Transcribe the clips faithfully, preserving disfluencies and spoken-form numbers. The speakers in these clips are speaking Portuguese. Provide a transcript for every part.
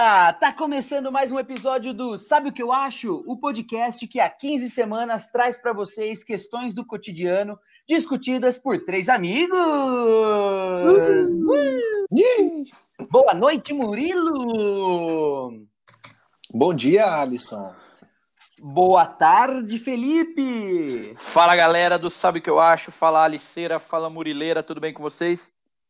galera! Tá começando mais um episódio do Sabe o que eu acho? O podcast que há quinze semanas traz para vocês questões do cotidiano discutidas por três amigos. Uh! Uh! Boa noite, Murilo! Bom dia, Alisson! Boa tarde, Felipe! Fala, galera do Sabe o que eu acho? Fala, Aliceira, fala, Murileira, tudo bem com vocês?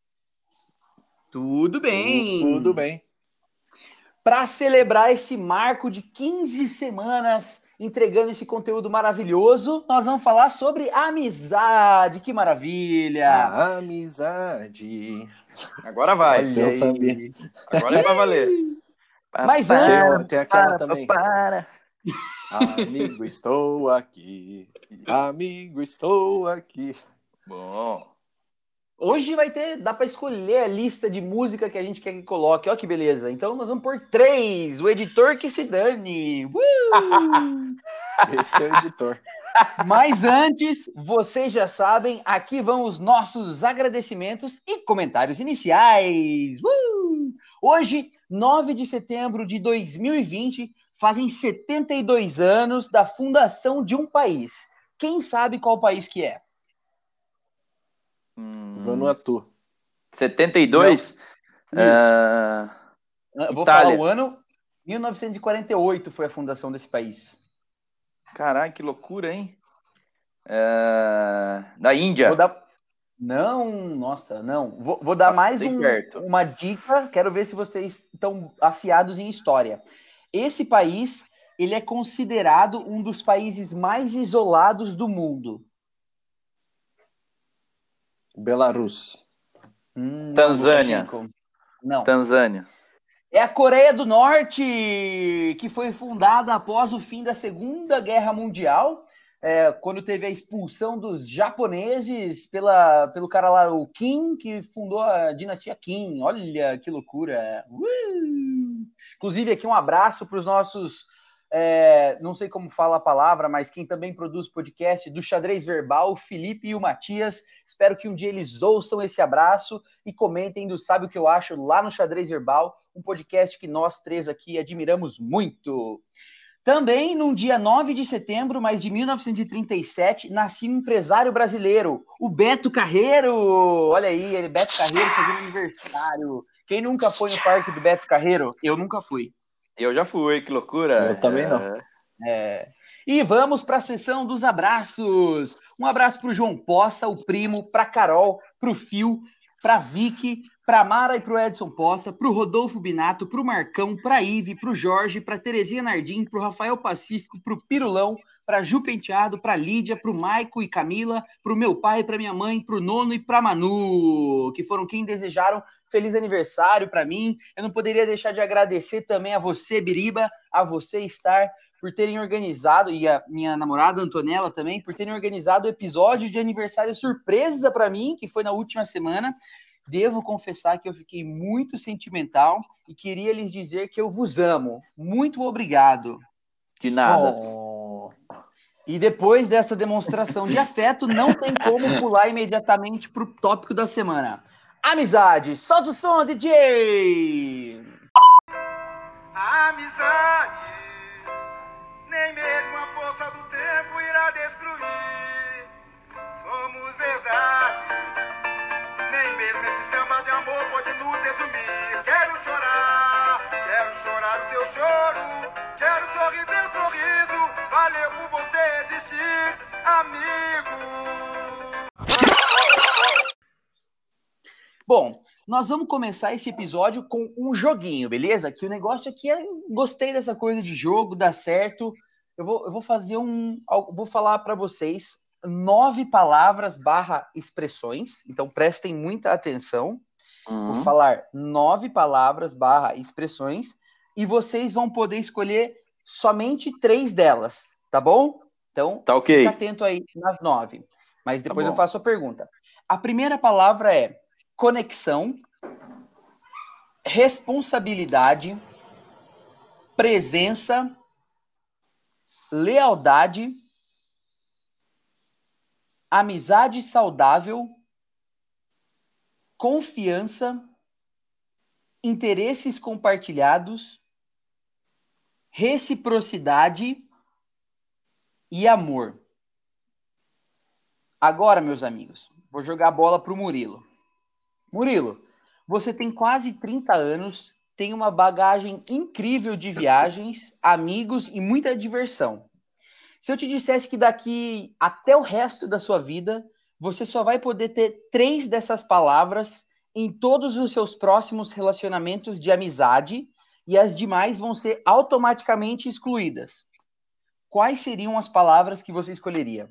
Tudo bem! Tudo bem. Para celebrar esse marco de quinze semanas entregando esse conteúdo maravilhoso, nós vamos falar sobre amizade. Que maravilha! A amizade. Agora vai. Tem o sambinha. Agora é pra valer. Mas Tem, antes... tem aquela para, também. Para. Amigo, estou aqui. Amigo, estou aqui. Bom. Hoje vai ter, dá para escolher a lista de música que a gente quer que coloque. Olha que beleza. Então nós vamos por três. O editor que se dane. Uh! Esse é o editor. Mas antes, vocês já sabem, aqui vão os nossos agradecimentos e comentários iniciais. Uh! Hoje, nove de setembro de dois mil e vinte, fazem setenta e dois anos da fundação de um país. Quem sabe qual país que é? Hum, Vanuatu. setenta e dois? Uh, Vou Itália. falar o ano. mil novecentos e quarenta e oito foi a fundação desse país. Caralho, que loucura, hein? Uh, da Índia. Vou dar... Não, nossa, não. Vou, vou dar mais um, uma dica. Quero ver se vocês estão afiados em história. Esse país, ele é considerado um dos países mais isolados do mundo. Belarus. Hum, Tanzânia. Não. Tanzânia. É a Coreia do Norte, que foi fundada após o fim da Segunda Guerra Mundial, é, quando teve a expulsão dos japoneses pela, pelo cara lá, o Kim, que fundou a dinastia Kim. Olha que loucura! Uh! Inclusive, aqui um abraço para os nossos... É, não sei como fala a palavra, mas quem também produz podcast do Xadrez Verbal, o Felipe e o Matias. Espero que um dia eles ouçam esse abraço e comentem do Sabe o que eu acho lá no Xadrez Verbal, um podcast que nós três aqui admiramos muito. Também, num dia nove de setembro, mas de mil novecentos e trinta e sete, nasceu um empresário brasileiro, o Beto Carreiro. Olha aí, ele, Beto Carreiro fazendo aniversário. Quem nunca foi no parque do Beto Carreiro? Eu nunca fui. Eu já fui, que loucura. Eu também não. É. E vamos para a sessão dos abraços. Um abraço para o João Poça, o primo, para a Carol, para o Fio, para a Vicky, para a Mara e para o Edson Poça, para o Rodolfo Binato, para o Marcão, para a Ive, para o Jorge, para a Terezinha Nardim, para o Rafael Pacífico, para o Pirulão, para a Ju Penteado, para a Lídia, para o Maico e Camila, para o meu pai, para minha mãe, para o Nono e para a Manu, que foram quem desejaram feliz aniversário para mim. Eu não poderia deixar de agradecer também a você, Biriba, a você, Star, por terem organizado, e a minha namorada Antonella também, por terem organizado o episódio de aniversário surpresa para mim, que foi na última semana. Devo confessar que eu fiquei muito sentimental e queria lhes dizer que eu vos amo. Muito obrigado. De nada. Oh. E depois dessa demonstração de afeto, não tem como pular imediatamente para o tópico da semana. Amizade. Solta o som, D J! A amizade, nem mesmo a força do tempo irá destruir. Somos verdade, nem mesmo esse samba de amor pode nos resumir. Quero chorar, quero chorar o teu choro, quero sorrir teu sorriso. Valeu por você existir, amigo. Bom, nós vamos começar esse episódio com um joguinho, beleza? Que o negócio aqui é... Gostei dessa coisa de jogo, dá certo. Eu vou, eu vou fazer um... Vou falar para vocês nove palavras barra expressões. Então, prestem muita atenção. Uhum. Vou falar nove palavras barra expressões. E vocês vão poder escolher somente três delas, tá bom? Então, tá okay. Fica atento aí nas nove. Mas depois tá eu faço a pergunta. A primeira palavra é conexão, responsabilidade, presença, lealdade, amizade saudável, confiança, interesses compartilhados reciprocidade e amor. Agora, meus amigos, vou jogar a bola para o Murilo. Murilo, você tem quase trinta anos, tem uma bagagem incrível de viagens, amigos e muita diversão. Se eu te dissesse que daqui até o resto da sua vida, você só vai poder ter três dessas palavras em todos os seus próximos relacionamentos de amizade e as demais vão ser automaticamente excluídas, quais seriam as palavras que você escolheria?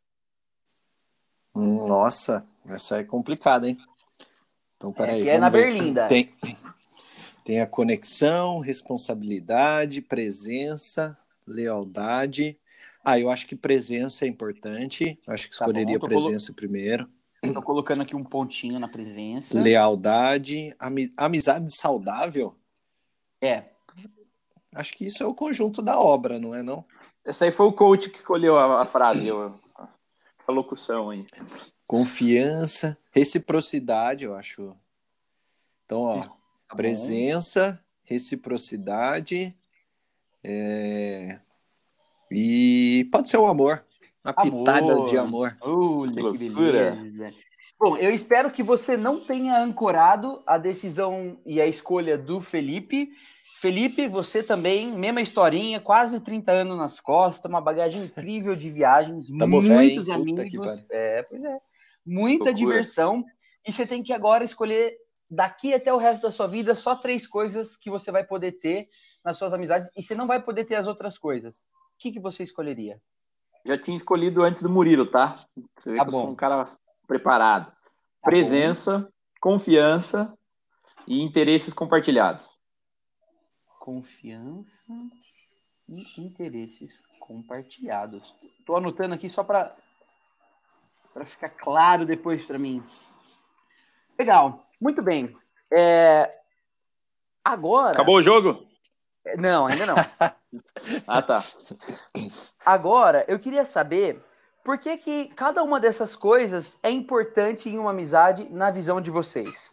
Nossa, essa é complicada, hein? Então, peraí, é, que vamos é na ver. Berlinda. Tem, tem a conexão, responsabilidade, presença, lealdade. Ah, eu acho que presença é importante. Eu acho que Tá bom, escolheria tô presença primeiro. Tô colocando aqui um pontinho na presença. Lealdade, ami- amizade saudável. É. Acho que isso é o conjunto da obra, não é não? Esse aí foi o coach que escolheu a, a frase, a, a locução aí. Confiança, reciprocidade, eu acho. Então, ó, Tá bom. presença, reciprocidade, é... e pode ser o amor. Uma Amor. pitada de amor. Olha, Que que loucura. beleza. Bom, eu espero que você não tenha ancorado a decisão e a escolha do Felipe. Felipe, você também, mesma historinha, quase trinta anos nas costas, uma bagagem incrível de viagens, Tamo velho, hein? muitos Puta que amigos. pariu. É, pois é. Muita Loucura. diversão. E você tem que agora escolher, daqui até o resto da sua vida, só três coisas que você vai poder ter nas suas amizades e você não vai poder ter as outras coisas. O que, que você escolheria? Já tinha escolhido antes do Murilo, tá? Você vê Tá que bom. eu sou um cara preparado. Tá Presença, bom. confiança e interesses compartilhados. Confiança e interesses compartilhados. Tô anotando aqui só para para ficar claro depois para mim. Legal, muito bem. É... Agora. Acabou o jogo? Não, ainda não. Ah, tá. Agora, eu queria saber por que que cada uma dessas coisas é importante em uma amizade na visão de vocês.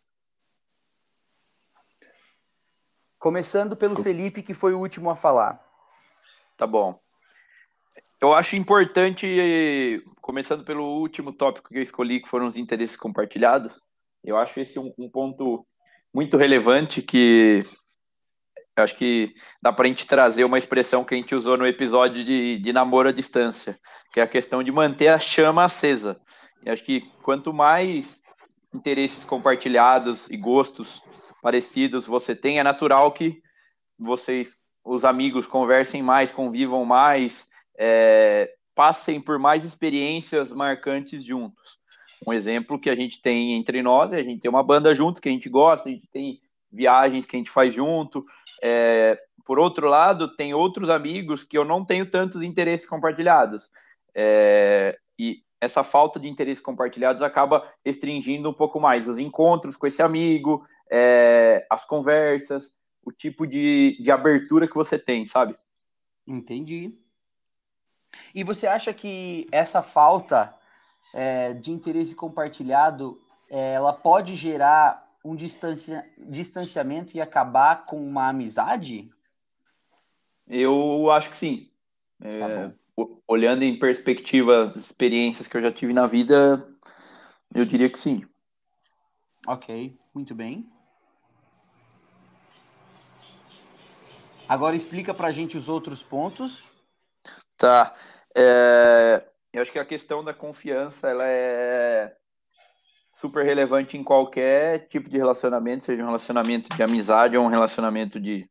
Começando pelo Felipe, que foi o último a falar. Tá bom. Eu acho importante, começando pelo último tópico que eu escolhi, que foram os interesses compartilhados, eu acho esse um, um ponto muito relevante que eu acho que dá para a gente trazer uma expressão que a gente usou no episódio de, de namoro à distância, que é a questão de manter a chama acesa. E acho que quanto mais interesses compartilhados e gostos parecidos você tem, é natural que vocês, os amigos, conversem mais, convivam mais, é, passem por mais experiências marcantes juntos. Um exemplo que a gente tem entre nós, é a gente tem uma banda junto que a gente gosta, a gente tem viagens que a gente faz junto. É, por outro lado, tem outros amigos que eu não tenho tantos interesses compartilhados. É, e essa falta de interesses compartilhados acaba restringindo um pouco mais os encontros com esse amigo, é, as conversas, o tipo de, de abertura que você tem, sabe? Entendi. E você acha que essa falta é, de interesse compartilhado, é, ela pode gerar um distancia, distanciamento e acabar com uma amizade? Eu acho que sim. É, Tá olhando em perspectiva as experiências que eu já tive na vida, eu diria que sim. Ok, muito bem. Agora explica pra gente os outros pontos. Tá. É, eu acho que a questão da confiança, ela é super relevante em qualquer tipo de relacionamento, seja um relacionamento de amizade ou um relacionamento de,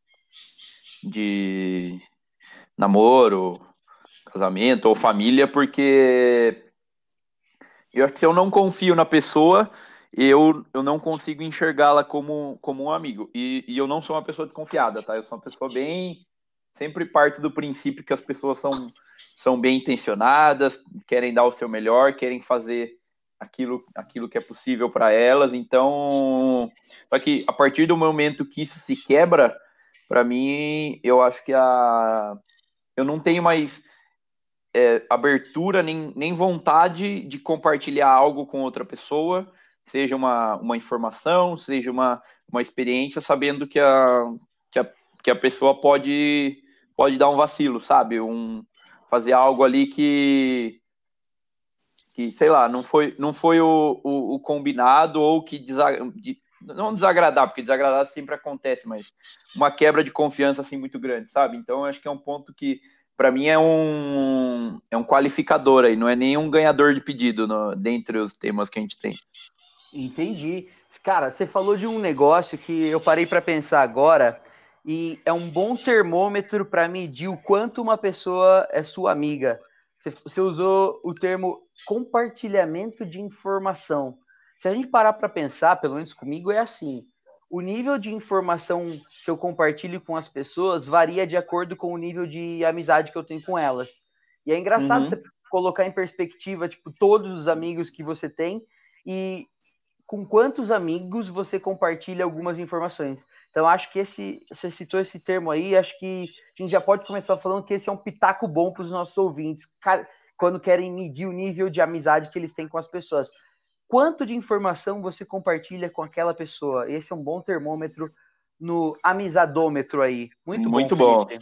de namoro, casamento ou família, porque eu acho que se eu não confio na pessoa, eu, eu não consigo enxergá-la como, como um amigo. E, e eu não sou uma pessoa desconfiada, tá? Eu sou uma pessoa bem... Sempre parto do princípio que as pessoas são, são bem intencionadas, querem dar o seu melhor, querem fazer aquilo, aquilo que é possível para elas. Então, só que a partir do momento que isso se quebra, para mim, eu acho que a... eu não tenho mais é, abertura nem, nem vontade de compartilhar algo com outra pessoa, seja uma, uma informação, seja uma, uma experiência, sabendo que a, que a que a pessoa pode, pode dar um vacilo, sabe? Um, fazer algo ali que, que sei lá, não foi, não foi o, o, o combinado ou que desa, de, não desagradar, porque desagradar sempre acontece, mas uma quebra de confiança assim muito grande, sabe? Então, eu acho que é um ponto que, para mim, é um, é um qualificador aí, não é nenhum ganhador de pedido no, dentre os temas que a gente tem. Entendi. Cara, você falou de um negócio que eu parei para pensar agora e é um bom termômetro para medir o quanto uma pessoa é sua amiga. Você, você usou o termo compartilhamento de informação. Se a gente parar para pensar, pelo menos comigo é assim. O nível de informação que eu compartilho com as pessoas varia de acordo com o nível de amizade que eu tenho com elas. E é engraçado Uhum. você colocar em perspectiva, tipo, todos os amigos que você tem e com quantos amigos você compartilha algumas informações. Então, acho que esse, você citou esse termo aí, acho que a gente já pode começar falando que esse é um pitaco bom para os nossos ouvintes, quando querem medir o nível de amizade que eles têm com as pessoas. Quanto de informação você compartilha com aquela pessoa? Esse é um bom termômetro no amizadômetro aí. Muito, Muito bom, bom. Felipe.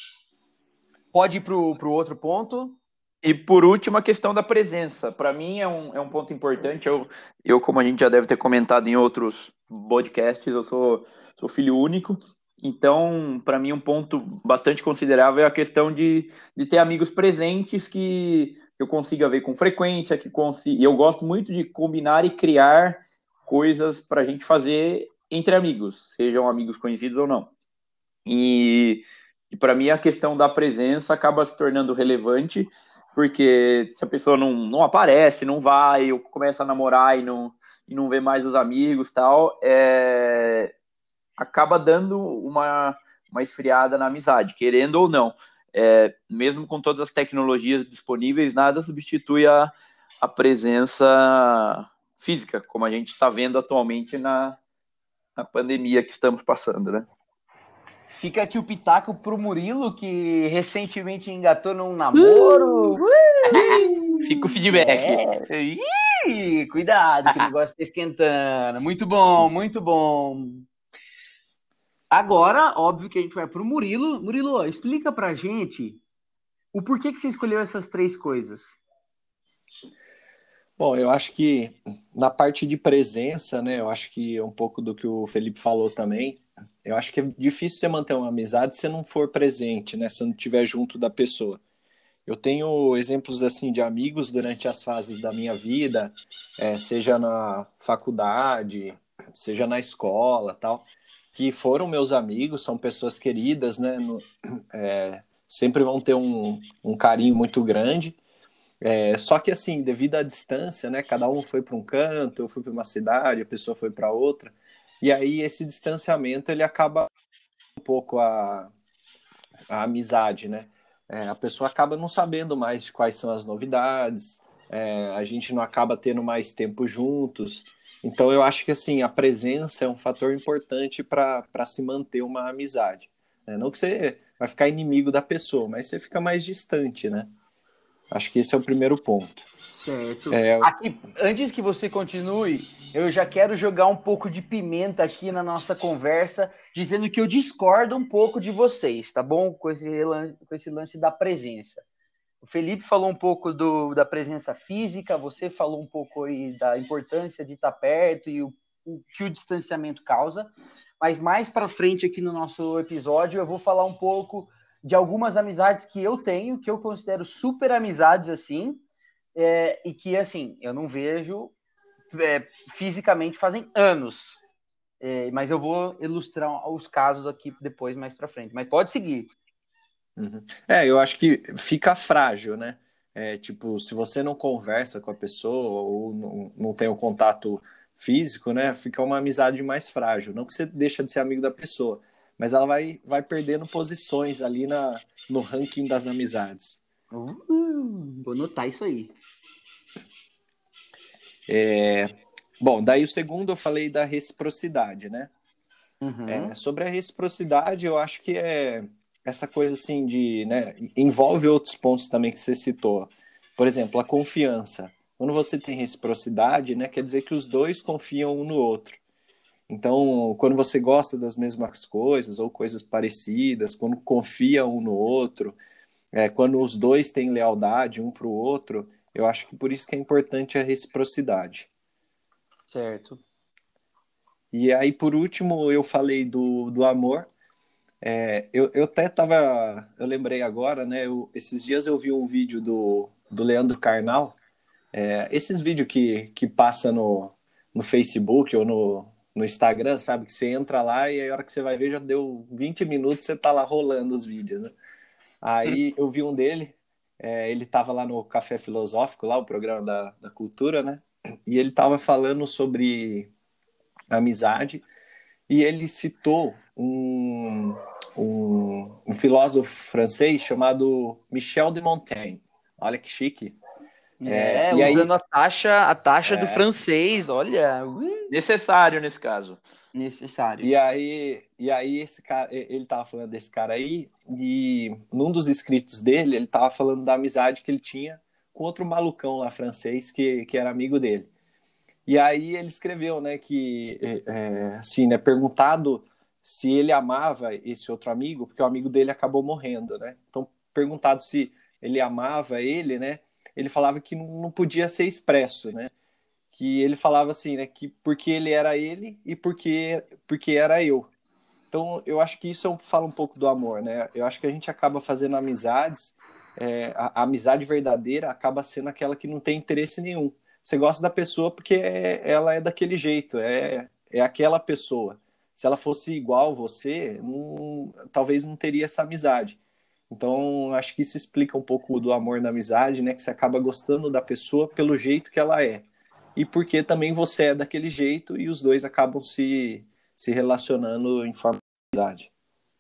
Pode ir para o outro ponto? E por último, a questão da presença. Para mim é um, é um ponto importante. Eu, eu, como a gente já deve ter comentado em outros podcasts, eu sou, sou filho único. Então, para mim, um ponto bastante considerável é a questão de, de ter amigos presentes que eu consiga ver com frequência, que consiga... Eu gosto muito de combinar e criar coisas para a gente fazer entre amigos, sejam amigos conhecidos ou não. E, e para mim, a questão da presença acaba se tornando relevante, porque se a pessoa não, não aparece, não vai, ou começa a namorar e não, e não vê mais os amigos tal, é, acaba dando uma, uma esfriada na amizade, querendo ou não. É, mesmo com todas as tecnologias disponíveis, nada substitui a, a presença física, como a gente está vendo atualmente na, na pandemia que estamos passando, né? Fica aqui o pitaco pro Murilo, que recentemente engatou num namoro. Uh! Fica o feedback. É. Ih, cuidado, que o negócio tá esquentando. Muito bom, muito bom. Agora, óbvio que a gente vai pro Murilo. Murilo, explica pra gente o porquê que você escolheu essas três coisas. Bom, eu acho que na parte de presença, né, eu acho que é um pouco do que o Felipe falou também. Eu acho que é difícil você manter uma amizade se não for presente, né, se não estiver junto da pessoa. Eu tenho exemplos assim de amigos durante as fases da minha vida, é, seja na faculdade, seja na escola, tal, que foram meus amigos, são pessoas queridas, né, no, é, sempre vão ter um, um carinho muito grande. É, só que assim, devido à distância, né, cada um foi para um canto, eu fui para uma cidade, a pessoa foi para outra, e aí esse distanciamento ele acaba um pouco a, a amizade, né? É, a pessoa acaba não sabendo mais de quais são as novidades, é, a gente não acaba tendo mais tempo juntos. Então eu acho que assim, a presença é um fator importante para se manter uma amizade, né? Não que você vai ficar inimigo da pessoa, mas você fica mais distante, né? Acho que esse é o primeiro ponto. Certo. É... Aqui, antes que você continue, eu já quero jogar um pouco de pimenta aqui na nossa conversa, dizendo que eu discordo um pouco de vocês, tá bom? Com esse lance, com esse lance da presença. O Felipe falou um pouco do, da presença física, você falou um pouco aí da importância de estar perto e o, o que o distanciamento causa, mas mais para frente aqui no nosso episódio eu vou falar um pouco de algumas amizades que eu tenho, que eu considero super amizades assim, é, e que, assim, eu não vejo é, fisicamente fazem anos. É, mas eu vou ilustrar os casos aqui depois, mais pra frente. Mas pode seguir. Uhum. É, eu acho que fica frágil, né? É, tipo, se você não conversa com a pessoa ou não, não tem o contato físico, né? Fica uma amizade mais frágil. Não que você deixa de ser amigo da pessoa, mas ela vai, vai perdendo posições ali na, no ranking das amizades. Uh, vou notar isso aí. É, bom, daí o segundo eu falei da reciprocidade, né? Uhum. É, sobre a reciprocidade, eu acho que é essa coisa assim de, né, envolve outros pontos também que você citou. Por exemplo, a confiança. Quando você tem reciprocidade, né, quer dizer que os dois confiam um no outro. Então, quando você gosta das mesmas coisas ou coisas parecidas, quando confia um no outro, é, quando os dois têm lealdade um para o outro, eu acho que por isso que é importante a reciprocidade. Certo. E aí, por último, eu falei do, do amor. É, eu, eu até estava, eu lembrei agora, né? Eu, esses dias eu vi um vídeo do, do Leandro Carnal. É, esses vídeos que, que passa no, no Facebook ou no, no Instagram, sabe? Que você entra lá e aí a hora que você vai ver já deu vinte minutos, você tá lá rolando os vídeos, né? Aí eu vi um dele, é, ele tava lá no Café Filosófico, lá o programa da, da cultura, né? E ele tava falando sobre amizade e ele citou um, um, um filósofo francês chamado Michel de Montaigne. Olha que chique. É, É, e aí, usando a taxa, a taxa do é, francês, olha, ui, Necessário nesse caso. necessário. e aí, e aí esse cara, ele tava falando desse cara aí, e num dos escritos dele, ele tava falando da amizade que ele tinha com outro malucão lá francês que, que era amigo dele. E aí ele escreveu, né, que, é, assim, né, perguntado se ele amava esse outro amigo, porque o amigo dele acabou morrendo, né? Então, perguntado se ele amava ele, né, ele falava que não podia ser expresso, né? Que ele falava assim, né, que porque ele era ele e porque, porque era eu. Então, eu acho que isso fala um pouco do amor, né? Eu acho que a gente acaba fazendo amizades, é, a, a amizade verdadeira acaba sendo aquela que não tem interesse nenhum. Você gosta da pessoa porque é, ela é daquele jeito, é, é aquela pessoa. Se ela fosse igual você, não, talvez não teria essa amizade. Então, acho que isso explica um pouco do amor na amizade, né? Que você acaba gostando da pessoa pelo jeito que ela é. E porque também você é daquele jeito e os dois acabam se, se relacionando em forma de amizade.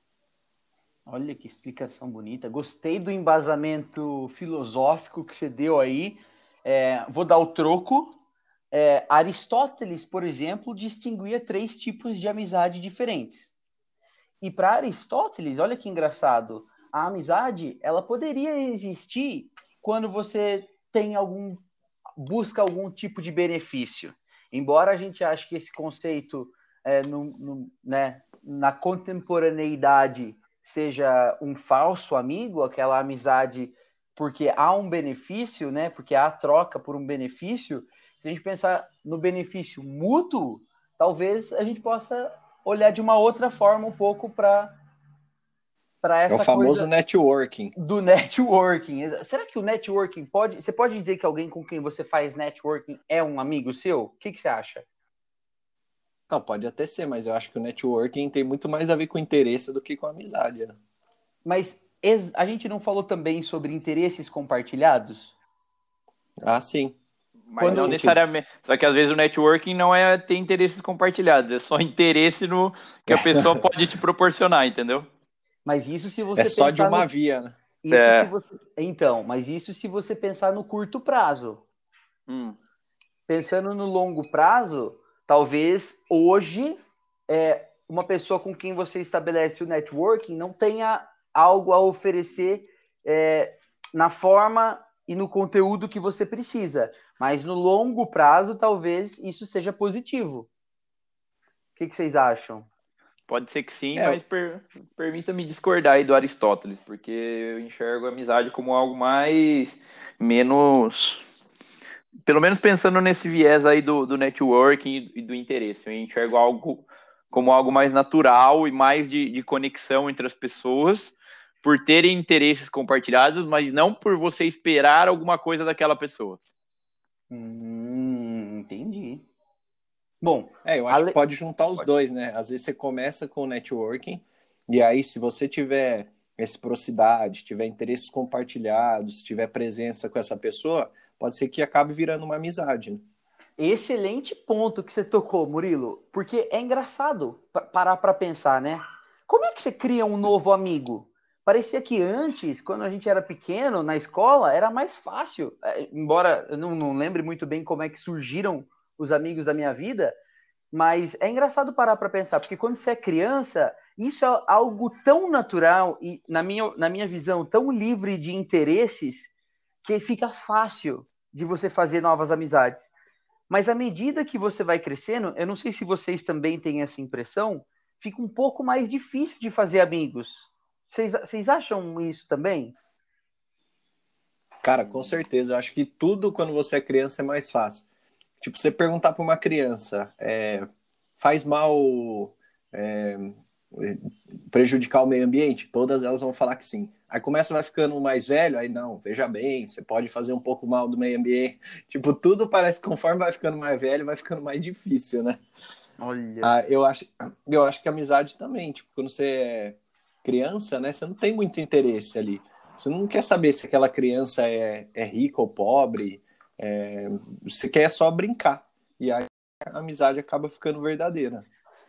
Olha que explicação bonita. Gostei do embasamento filosófico que você deu aí. É, vou dar o troco. É, Aristóteles, por exemplo, distinguia três tipos de amizade diferentes. E para Aristóteles, olha que engraçado, a amizade ela poderia existir quando você tem algum busca algum tipo de benefício. Embora a gente ache que esse conceito é, no, no, né, na contemporaneidade seja um falso amigo, aquela amizade porque há um benefício, né, porque há troca por um benefício, se a gente pensar no benefício mútuo, talvez a gente possa olhar de uma outra forma um pouco para para É o essa famoso coisa networking. do networking. Será que o networking pode... Você pode dizer que alguém com quem você faz networking é um amigo seu? O que, que você acha? Não, pode até ser, mas eu acho que o networking tem muito mais a ver com interesse do que com amizade, né? Mas a gente não falou também sobre interesses compartilhados? Ah, sim. Mas Quando- não necessariamente. Só que às vezes o networking não é ter interesses compartilhados, é só interesse no que a pessoa pode te proporcionar, entendeu? Mas isso se você É só de pensar uma no... via, né? Isso É. se você... Então, mas isso se você pensar no curto prazo. Hum. Pensando no longo prazo, talvez hoje é, uma pessoa com quem você estabelece o networking não tenha algo a oferecer é, na forma e no conteúdo que você precisa. Mas no longo prazo, talvez isso seja positivo. O que, que vocês acham? Pode ser que sim, É, mas per- permita-me discordar aí do Aristóteles, porque eu enxergo a amizade como algo mais menos. Pelo menos pensando nesse viés aí do, do networking e do interesse. Eu enxergo algo como algo mais natural e mais de, de conexão entre as pessoas, por terem interesses compartilhados, mas não por você esperar alguma coisa daquela pessoa. Hum, entendi. Bom, É, eu acho ale... que pode juntar os pode. dois, né? Às vezes você começa com o networking, e aí, se você tiver reciprocidade, tiver interesses compartilhados, tiver presença com essa pessoa, pode ser que acabe virando uma amizade, né? Excelente ponto que você tocou, Murilo, porque é engraçado pa- parar para pensar, né? Como é que você cria um novo amigo? Parecia que antes, quando a gente era pequeno, na escola, era mais fácil. É, embora eu não, não lembre muito bem como é que surgiram os amigos da minha vida, mas é engraçado parar para pensar, porque quando você é criança, isso é algo tão natural e, na minha, na minha visão, tão livre de interesses, que fica fácil de você fazer novas amizades. Mas à medida que você vai crescendo, eu não sei se vocês também têm essa impressão, fica um pouco mais difícil de fazer amigos. Vocês, vocês acham isso também? Cara, com certeza. Eu acho que tudo quando você é criança é mais fácil. Tipo, você perguntar para uma criança, é, faz mal é, prejudicar o meio ambiente? Todas elas vão falar que sim. Aí começa, vai ficando mais velho, aí não, veja bem, você pode fazer um pouco mal do meio ambiente. Tipo, tudo parece que conforme vai ficando mais velho, vai ficando mais difícil, né? Olha. Ah, eu acho, eu acho que a amizade também, tipo, quando você é criança, né, você não tem muito interesse ali. Você não quer saber se aquela criança é, é rica ou pobre, é, você quer só brincar. E aí a amizade acaba ficando verdadeira.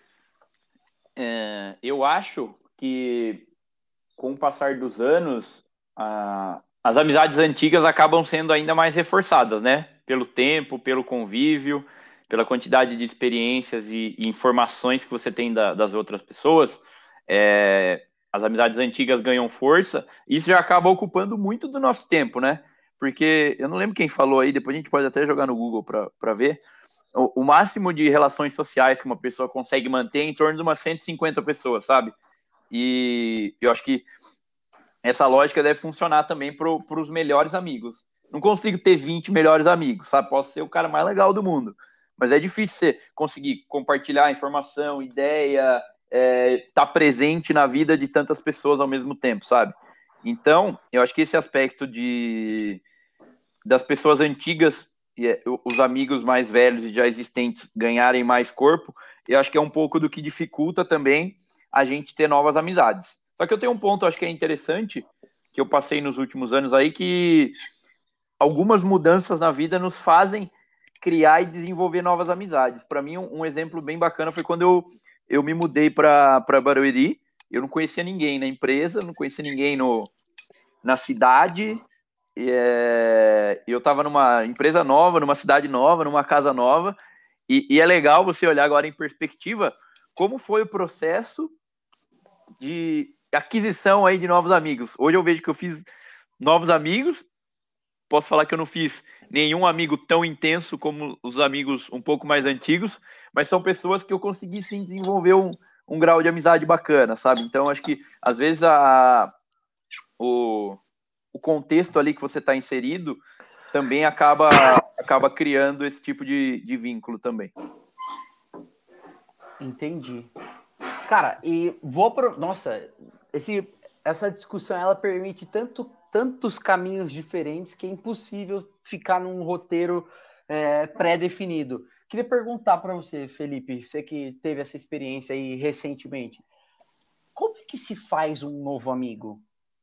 É, eu acho que com o passar dos anos, a, as amizades antigas acabam sendo ainda mais reforçadas, né? Pelo tempo, pelo convívio, pela quantidade de experiências e, e informações que você tem da, das outras pessoas. É, as amizades antigas ganham força. Isso já acaba ocupando muito do nosso tempo, né? Porque eu não lembro quem falou aí, depois a gente pode até jogar no Google para ver. O, o máximo de relações sociais que uma pessoa consegue manter é em torno de umas cento e cinquenta pessoas, sabe? E eu acho que essa lógica deve funcionar também para os melhores amigos. Não consigo ter vinte melhores amigos, sabe? Posso ser o cara mais legal do mundo. Mas é difícil você conseguir compartilhar informação, ideia, é, estar presente na vida de tantas pessoas ao mesmo tempo, sabe? Então, eu acho que esse aspecto de das pessoas antigas, os amigos mais velhos e já existentes ganharem mais corpo, eu acho que é um pouco do que dificulta também a gente ter novas amizades. Só que eu tenho um ponto, acho que é interessante, que eu passei nos últimos anos aí, que algumas mudanças na vida nos fazem criar e desenvolver novas amizades. Para mim, um, um exemplo bem bacana foi quando eu, eu me mudei para Barueri. Eu não conhecia ninguém na empresa, não conhecia ninguém no, na cidade. E, é, eu estava numa empresa nova, numa cidade nova, numa casa nova. E, e é legal você olhar agora em perspectiva como foi o processo de aquisição aí de novos amigos. Hoje eu vejo que eu fiz novos amigos. Posso falar que eu não fiz nenhum amigo tão intenso como os amigos um pouco mais antigos, mas são pessoas que eu consegui sim desenvolver um, um grau de amizade bacana, sabe? Então acho que às vezes a, o, o contexto ali que você está inserido também acaba, acaba criando esse tipo de, de vínculo também. Entendi. Cara, e vou pro... Nossa, esse, essa discussão ela permite tanto, tantos caminhos diferentes que é impossível ficar num roteiro é, pré-definido. Queria perguntar para você, Felipe, você que teve essa experiência aí recentemente, como é que se faz um novo amigo?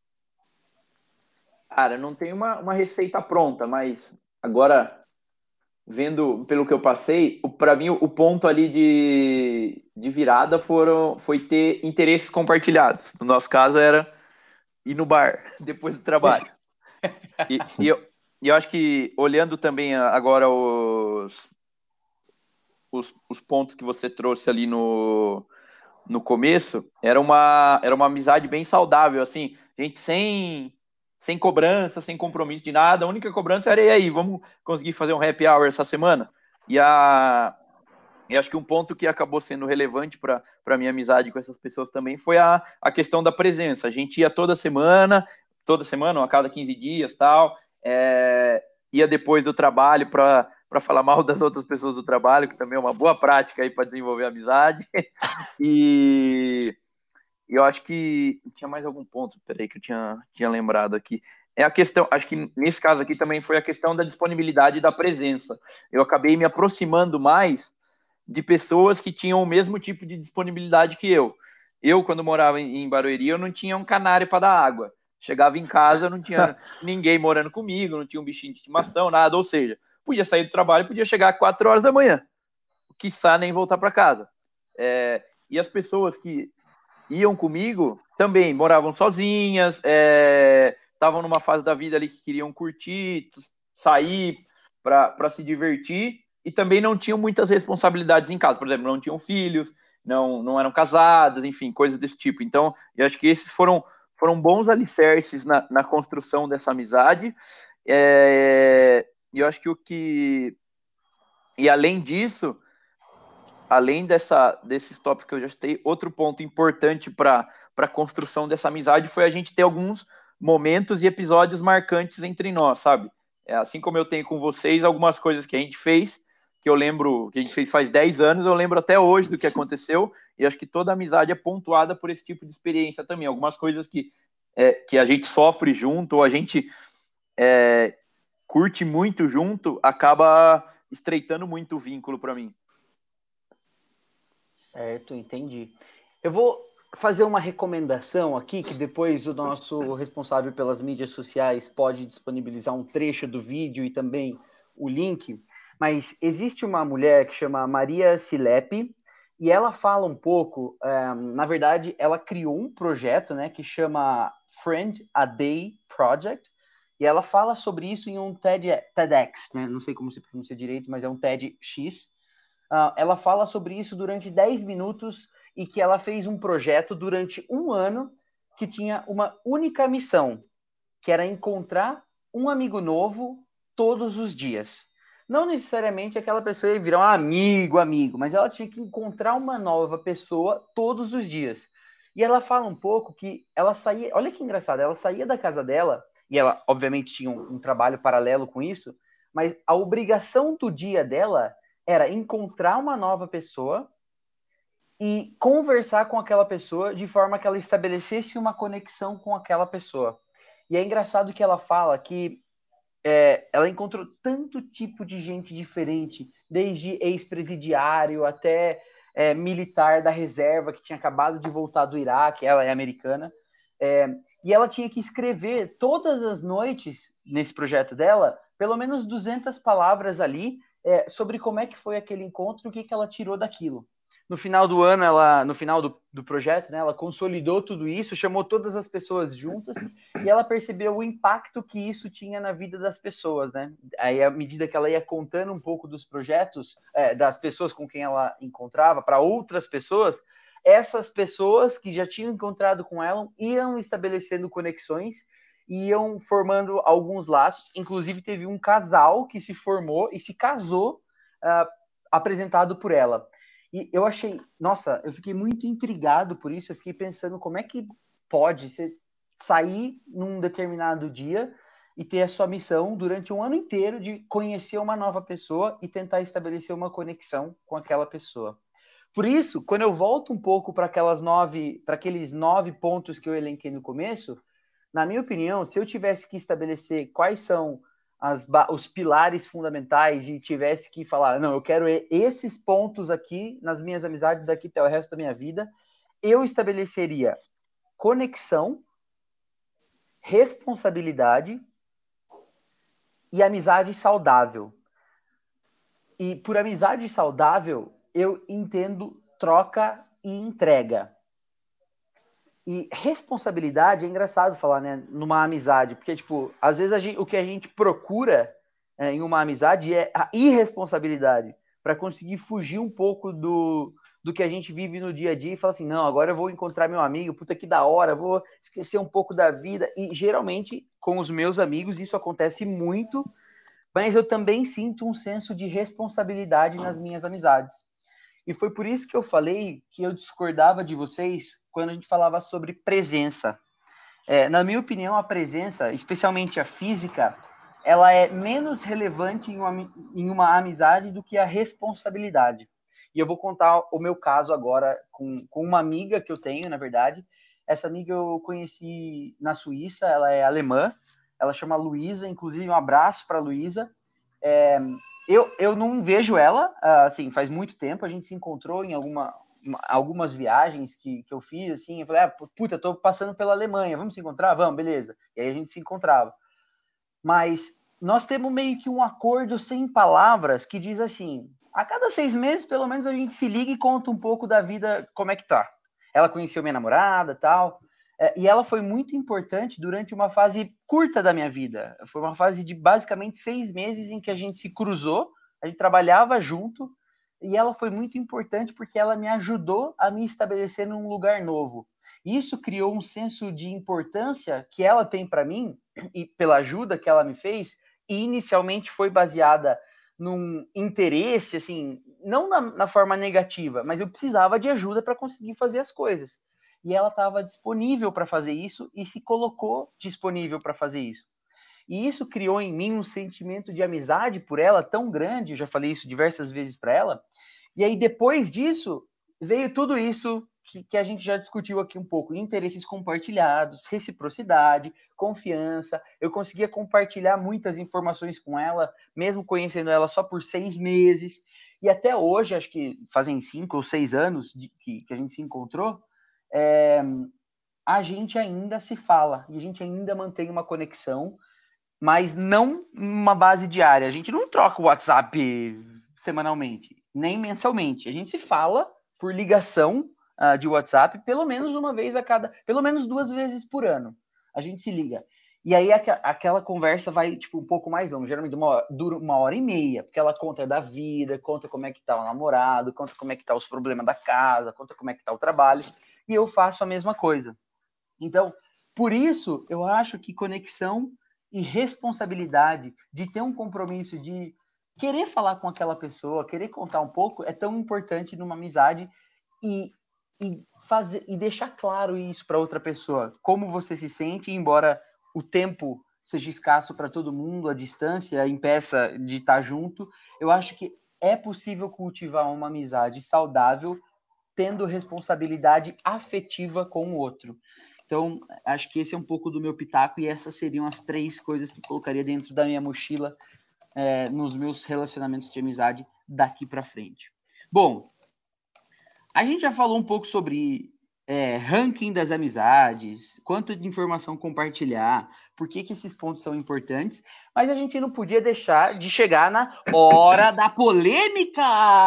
Cara, não tem uma, uma receita pronta, mas agora, vendo pelo que eu passei, para mim o ponto ali de, de virada foram, foi ter interesses compartilhados. No nosso caso era ir no bar depois do trabalho. E, e, eu, e eu acho que olhando também agora os, os, os pontos que você trouxe ali no, no começo, era uma, era uma amizade bem saudável, assim, gente sem... sem cobrança, sem compromisso de nada, a única cobrança era, e aí, vamos conseguir fazer um happy hour essa semana? E, a, e acho que um ponto que acabou sendo relevante para a minha amizade com essas pessoas também foi a, a questão da presença. A gente ia toda semana, toda semana, a cada quinze dias, tal, é, ia depois do trabalho para para falar mal das outras pessoas do trabalho, que também é uma boa prática aí para desenvolver amizade. E eu acho que tinha mais algum ponto, peraí, que eu tinha, tinha lembrado aqui. É a questão, acho que nesse caso aqui também foi a questão da disponibilidade e da presença. Eu acabei me aproximando mais de pessoas que tinham o mesmo tipo de disponibilidade que eu. Eu, quando morava em Barueri, eu não tinha um canário para dar água. Chegava em casa, não tinha ninguém morando comigo, não tinha um bichinho de estimação, nada. Ou seja, podia sair do trabalho, podia chegar às quatro horas da manhã, quiçá nem voltar para casa. É, e as pessoas que iam comigo também moravam sozinhas, estavam é, numa fase da vida ali que queriam curtir, sair para se divertir, e também não tinham muitas responsabilidades em casa. Por exemplo, não tinham filhos, não, não eram casados, enfim, coisas desse tipo. Então, eu acho que esses foram, foram bons alicerces na, na construção dessa amizade. É, e eu acho que o que E além disso, além dessa, desses tópicos que eu já citei, outro ponto importante para a construção dessa amizade foi a gente ter alguns momentos e episódios marcantes entre nós, sabe? É, assim como eu tenho com vocês, algumas coisas que a gente fez, que eu lembro, que a gente fez faz dez anos, eu lembro até hoje do que aconteceu, e acho que toda amizade é pontuada por esse tipo de experiência também. Algumas coisas que, é, que a gente sofre junto, ou a gente é, curte muito junto, acaba estreitando muito o vínculo para mim. Certo, entendi. Eu vou fazer uma recomendação aqui, que depois o nosso responsável pelas mídias sociais pode disponibilizar um trecho do vídeo e também o link, mas existe uma mulher que chama Maria Silepe, e ela fala um pouco, um, na verdade, ela criou um projeto, né, que chama Friend a Day Project, e ela fala sobre isso em um TED, TEDx, né, não sei como se pronuncia direito, mas é um TEDx. Uh, ela fala sobre isso durante dez minutos e que ela fez um projeto durante um ano que tinha uma única missão, que era encontrar um amigo novo todos os dias. Não necessariamente aquela pessoa ia virar um amigo, amigo, mas ela tinha que encontrar uma nova pessoa todos os dias. E ela fala um pouco que ela saía, olha que engraçado, ela saía da casa dela, e ela obviamente tinha um, um trabalho paralelo com isso, mas a obrigação do dia dela era encontrar uma nova pessoa e conversar com aquela pessoa de forma que ela estabelecesse uma conexão com aquela pessoa. E é engraçado que ela fala que é, ela encontrou tanto tipo de gente diferente, desde ex-presidiário até é, militar da reserva que tinha acabado de voltar do Iraque, ela é americana, é, e ela tinha que escrever todas as noites, nesse projeto dela, pelo menos duzentas palavras ali, É, sobre como é que foi aquele encontro e o que, que ela tirou daquilo. No final do ano, ela, no final do, do projeto, né, ela consolidou tudo isso, chamou todas as pessoas juntas e ela percebeu o impacto que isso tinha na vida das pessoas, né? Aí, à medida que ela ia contando um pouco dos projetos, é, das pessoas com quem ela encontrava, para outras pessoas, essas pessoas que já tinham encontrado com ela iam estabelecendo conexões, iam formando alguns laços. Inclusive teve um casal que se formou e se casou, uh, apresentado por ela. E eu achei, nossa, eu fiquei muito intrigado por isso, eu fiquei pensando como é que pode você sair num determinado dia e ter a sua missão durante um ano inteiro de conhecer uma nova pessoa e tentar estabelecer uma conexão com aquela pessoa. Por isso, quando eu volto um pouco para aquelas nove, para aqueles nove pontos que eu elenquei no começo, na minha opinião, se eu tivesse que estabelecer quais são as, os pilares fundamentais e tivesse que falar, não, eu quero esses pontos aqui nas minhas amizades daqui até o resto da minha vida, eu estabeleceria conexão, responsabilidade e amizade saudável. E por amizade saudável, eu entendo troca e entrega. E responsabilidade, é engraçado falar, né, numa amizade, porque, tipo, às vezes a gente, o que a gente procura é, em uma amizade é a irresponsabilidade, para conseguir fugir um pouco do, do que a gente vive no dia a dia e falar assim, não, agora eu vou encontrar meu amigo, puta que da hora, vou esquecer um pouco da vida. E, geralmente, com os meus amigos, isso acontece muito, mas eu também sinto um senso de responsabilidade nas minhas amizades. E foi por isso que eu falei que eu discordava de vocês quando a gente falava sobre presença. É, na minha opinião, a presença, especialmente a física, ela é menos relevante em uma, em uma amizade do que a responsabilidade. E eu vou contar o meu caso agora com, com uma amiga que eu tenho, na verdade. Essa amiga eu conheci na Suíça, ela é alemã, ela chama Luísa, inclusive um abraço para a Luísa. É, Eu, eu não vejo ela, assim, faz muito tempo, a gente se encontrou em alguma, algumas viagens que, que eu fiz, assim, eu falei, ah, puta, eu tô passando pela Alemanha, vamos se encontrar? Vamos, beleza. E aí a gente se encontrava. Mas nós temos meio que um acordo sem palavras que diz assim, a cada seis meses, pelo menos, a gente se liga e conta um pouco da vida, como é que tá. Ela conheceu minha namorada e tal, e ela foi muito importante durante uma fase curta da minha vida. Foi uma fase de basicamente seis meses em que a gente se cruzou, a gente trabalhava junto, e ela foi muito importante porque ela me ajudou a me estabelecer num lugar novo. Isso criou um senso de importância que ela tem para mim, e pela ajuda que ela me fez, e inicialmente foi baseada num interesse, assim, não na, na forma negativa, mas eu precisava de ajuda para conseguir fazer as coisas. E ela estava disponível para fazer isso e se colocou disponível para fazer isso. E isso criou em mim um sentimento de amizade por ela tão grande, eu já falei isso diversas vezes para ela. E aí, depois disso, veio tudo isso que, que a gente já discutiu aqui um pouco: interesses compartilhados, reciprocidade, confiança. Eu conseguia compartilhar muitas informações com ela, mesmo conhecendo ela só por seis meses. E até hoje, acho que fazem cinco ou seis anos de, que, que a gente se encontrou, é, a gente ainda se fala e a gente ainda mantém uma conexão, mas não uma base diária. A gente não troca o WhatsApp semanalmente, nem mensalmente. A gente se fala por ligação uh, de WhatsApp pelo menos uma vez a cada... Pelo menos duas vezes por ano. A gente se liga. E aí aqu aquela conversa vai tipo, um pouco mais longa. Geralmente uma, dura uma hora e meia, porque ela conta da vida, conta como é que tá o namorado, conta como é que tá os problemas da casa, conta como é que tá o trabalho. E eu faço a mesma coisa. Então, por isso, eu acho que conexão e responsabilidade de ter um compromisso de querer falar com aquela pessoa, querer contar um pouco, é tão importante numa amizade e, e, fazer, e deixar claro isso para outra pessoa, como você se sente, embora o tempo seja escasso para todo mundo, a distância impeça de estar junto, eu acho que é possível cultivar uma amizade saudável tendo responsabilidade afetiva com o outro. Então, acho que esse é um pouco do meu pitaco e essas seriam as três coisas que eu colocaria dentro da minha mochila é, nos meus relacionamentos de amizade daqui para frente. Bom, a gente já falou um pouco sobre é, ranking das amizades, quanto de informação compartilhar, por que, que esses pontos são importantes, mas a gente não podia deixar de chegar na hora da polêmica!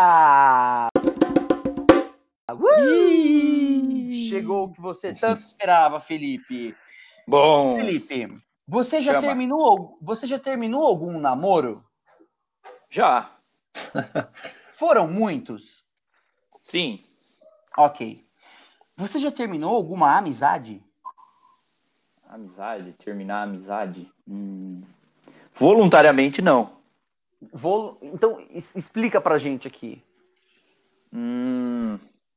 Uh! Chegou o que você tanto esperava, Felipe. Bom, Felipe, você já chama. terminou? Você já terminou algum namoro? Já. Foram muitos? Sim. Ok. Você já terminou alguma amizade? Amizade, terminar a amizade? Hum. Voluntariamente, não. Vou... Então, es- explica pra gente aqui. Hum.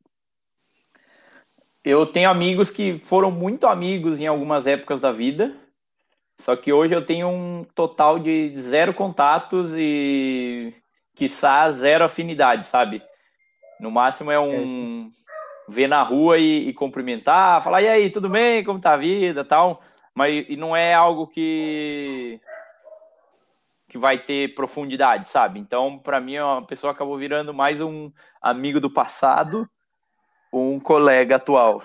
Eu tenho amigos que foram muito amigos em algumas épocas da vida, só que hoje eu tenho um total de zero contatos e, quiçá, zero afinidade, sabe? No máximo é um ver na rua e, e cumprimentar, falar, e aí, tudo bem? Como tá a vida, tal? Mas e não é algo que que vai ter profundidade, sabe? Então, para mim, a pessoa acabou virando mais um amigo do passado, um colega atual.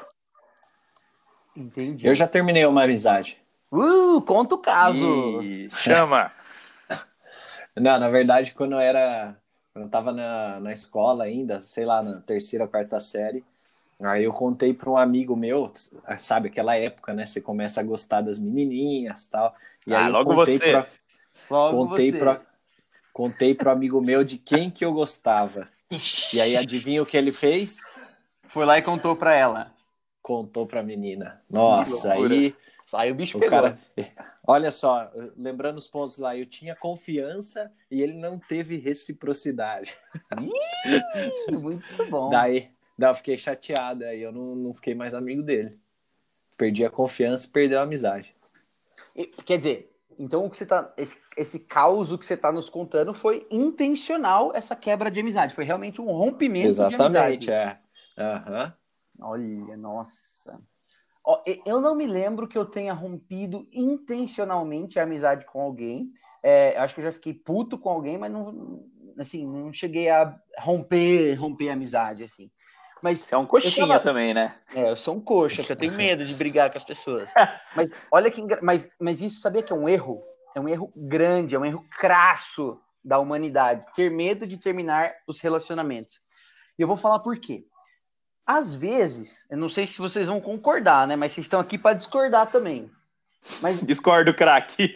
Entendi. Eu já terminei uma amizade. Uh, conta o caso. E chama. Não, na verdade, quando eu era. Quando eu tava na, na escola ainda, sei lá, na terceira, quarta série, aí eu contei para um amigo meu, sabe, aquela época, né? Você começa a gostar das menininhas e tal. E Ah, aí eu logo contei você. pra, Logo contei você. pra, contei pro amigo meu de quem que eu gostava. E aí adivinha o que ele fez? Foi lá e contou pra ela. Contou pra menina. Que Nossa, loucura. aí Aí o bicho o pegou. cara. Olha só, lembrando os pontos lá, eu tinha confiança e ele não teve reciprocidade. Ih, muito bom. Daí, daí eu fiquei chateado, aí eu não, não fiquei mais amigo dele. Perdi a confiança e perdeu a amizade. E, quer dizer, então o que você tá. Esse, esse caos que você tá nos contando foi intencional, essa quebra de amizade. Foi realmente um rompimento Exatamente, de amizade. é. Aham. Olha, nossa. Ó, e- eu não me lembro que eu tenha rompido intencionalmente a amizade com alguém. É, acho que eu já fiquei puto com alguém, mas não, assim, não cheguei a romper, romper a amizade, assim. Mas Você é um eu coxinha tava, também, né? é, eu sou um coxa, que eu tenho medo de brigar com as pessoas. Mas olha que engra... mas, mas isso sabia que é um erro? É um erro grande, é um erro crasso da humanidade. Ter medo de terminar os relacionamentos. E eu vou falar por quê. Às vezes, eu não sei se vocês vão concordar, né? Mas vocês estão aqui para discordar também. Mas Discordo, craque.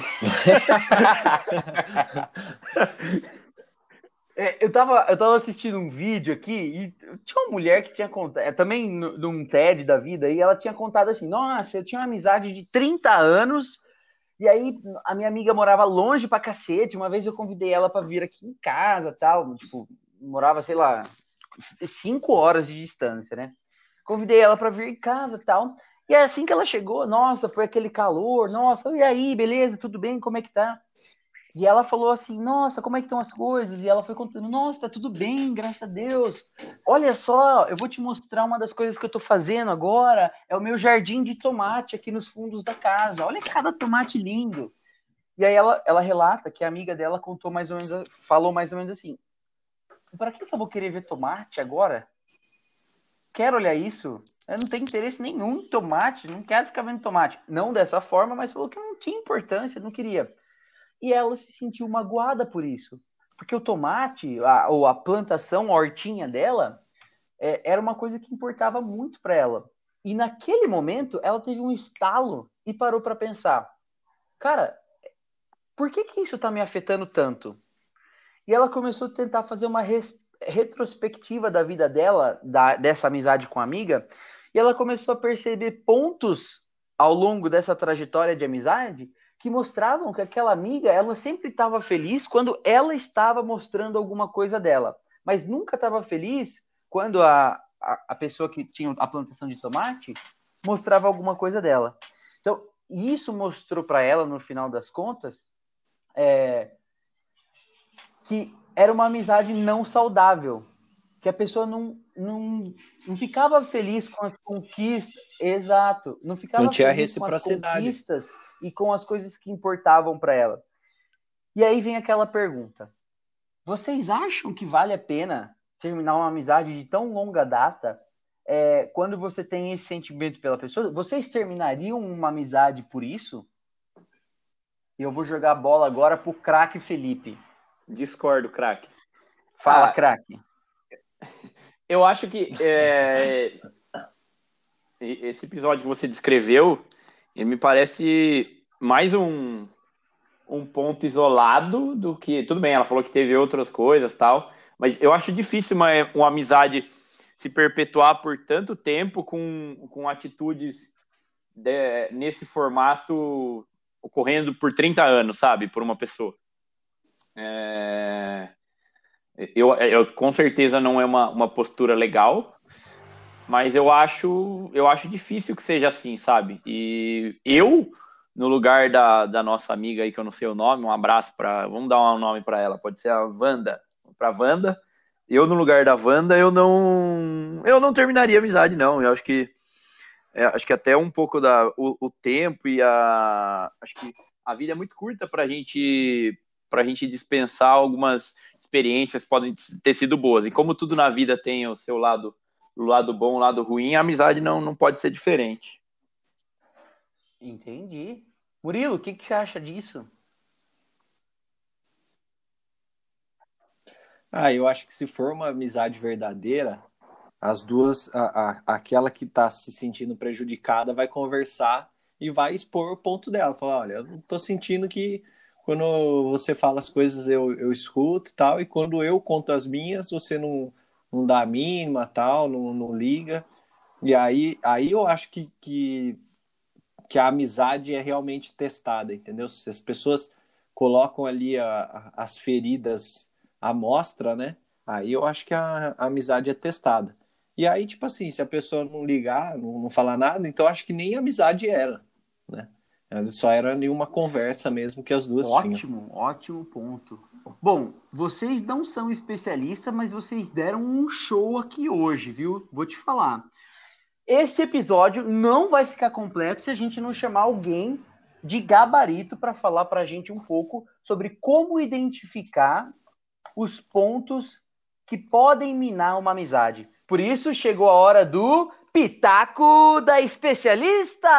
é, eu, tava, eu tava assistindo um vídeo aqui e tinha uma mulher que tinha contado, é, também num TED da vida, e ela tinha contado assim: nossa, eu tinha uma amizade de trinta anos E aí, a minha amiga morava longe pra cacete. Uma vez eu convidei ela pra vir aqui em casa, tal. Tipo, morava, sei lá, cinco horas de distância, né? Convidei ela pra vir em casa, tal. E é assim que ela chegou, nossa, foi aquele calor. Nossa, e aí, beleza? Tudo bem? Como é que tá? E ela falou assim, nossa, como é que estão as coisas? E ela foi contando, nossa, tá tudo bem, graças a Deus. Olha só, eu vou te mostrar uma das coisas que eu tô fazendo agora. É o meu jardim de tomate aqui nos fundos da casa. Olha cada tomate lindo. E aí ela, ela relata que a amiga dela contou mais ou menos, falou mais ou menos assim, para que, que eu vou querer ver tomate agora? Quero olhar isso. Eu não tenho interesse nenhum em tomate, não quero ficar vendo tomate. Não dessa forma, mas falou que não tinha importância, não queria. E ela se sentiu magoada por isso. Porque o tomate, a, ou a plantação, a hortinha dela, é, era uma coisa que importava muito para ela. E naquele momento, ela teve um estalo e parou para pensar: cara, por que, que isso está me afetando tanto? E ela começou a tentar fazer uma res, retrospectiva da vida dela, da, dessa amizade com a amiga, e ela começou a perceber pontos ao longo dessa trajetória de amizade que mostravam que aquela amiga, ela sempre estava feliz quando ela estava mostrando alguma coisa dela, mas nunca estava feliz quando a, a, a pessoa que tinha a plantação de tomate mostrava alguma coisa dela. Então, isso mostrou para ela, no final das contas, é, que era uma amizade não saudável, que a pessoa não, não, não ficava feliz com as conquistas, exato, não Não ficava tinha feliz com as reciprocidade. conquistas e com as coisas que importavam para ela. E aí vem aquela pergunta: vocês acham que vale a pena terminar uma amizade de tão longa data é, quando você tem esse sentimento pela pessoa? Vocês terminariam uma amizade por isso? E eu vou jogar a bola agora pro craque Felipe. Discordo, craque. Fala, Ah, craque. Eu acho que é, esse episódio que você descreveu, ele me parece mais um, um ponto isolado do que... Tudo bem, ela falou que teve outras coisas e tal, mas eu acho difícil uma, uma amizade se perpetuar por tanto tempo com, com atitudes de, nesse formato ocorrendo por trinta anos, sabe? Por uma pessoa. É... Eu, eu, com certeza não é uma, uma postura legal, mas eu acho, eu acho difícil que seja assim, sabe? E eu, no lugar da, da nossa amiga aí, que eu não sei o nome, um abraço para... Vamos dar um nome para ela, pode ser a Wanda. Para Wanda, eu, no lugar da Wanda, eu não, eu não terminaria a amizade, não. Eu acho que, é, acho que até um pouco da, o, o tempo e a... Acho que a vida é muito curta para a gente, pra gente dispensar algumas experiências que podem ter sido boas. E como tudo na vida tem o seu lado, o lado bom, o lado ruim, a amizade não, não pode ser diferente. Entendi. Murilo, o que, que você acha disso? Ah, eu acho que se for uma amizade verdadeira, as duas, a, a, aquela que está se sentindo prejudicada vai conversar e vai expor o ponto dela. Falar, olha, eu não tô sentindo que quando você fala as coisas eu, eu escuto e tal, e quando eu conto as minhas, você não, não dá a mínima, tal, não, não liga. E aí, aí eu acho que, que, que a amizade é realmente testada, entendeu? Se as pessoas colocam ali a, a, as feridas à mostra, né? Aí eu acho que a, a amizade é testada. E aí, tipo assim, se a pessoa não ligar, não, não falar nada, então acho que nem amizade era, né? Só era nenhuma conversa mesmo que as duas tinham. Ótimo, ótimo ponto. Bom, vocês não são especialistas, mas vocês deram um show aqui hoje, viu? Vou te falar. Esse episódio não vai ficar completo se a gente não chamar alguém de gabarito para falar para a gente um pouco sobre como identificar os pontos que podem minar uma amizade. Por isso, chegou a hora do Pitaco da Especialista!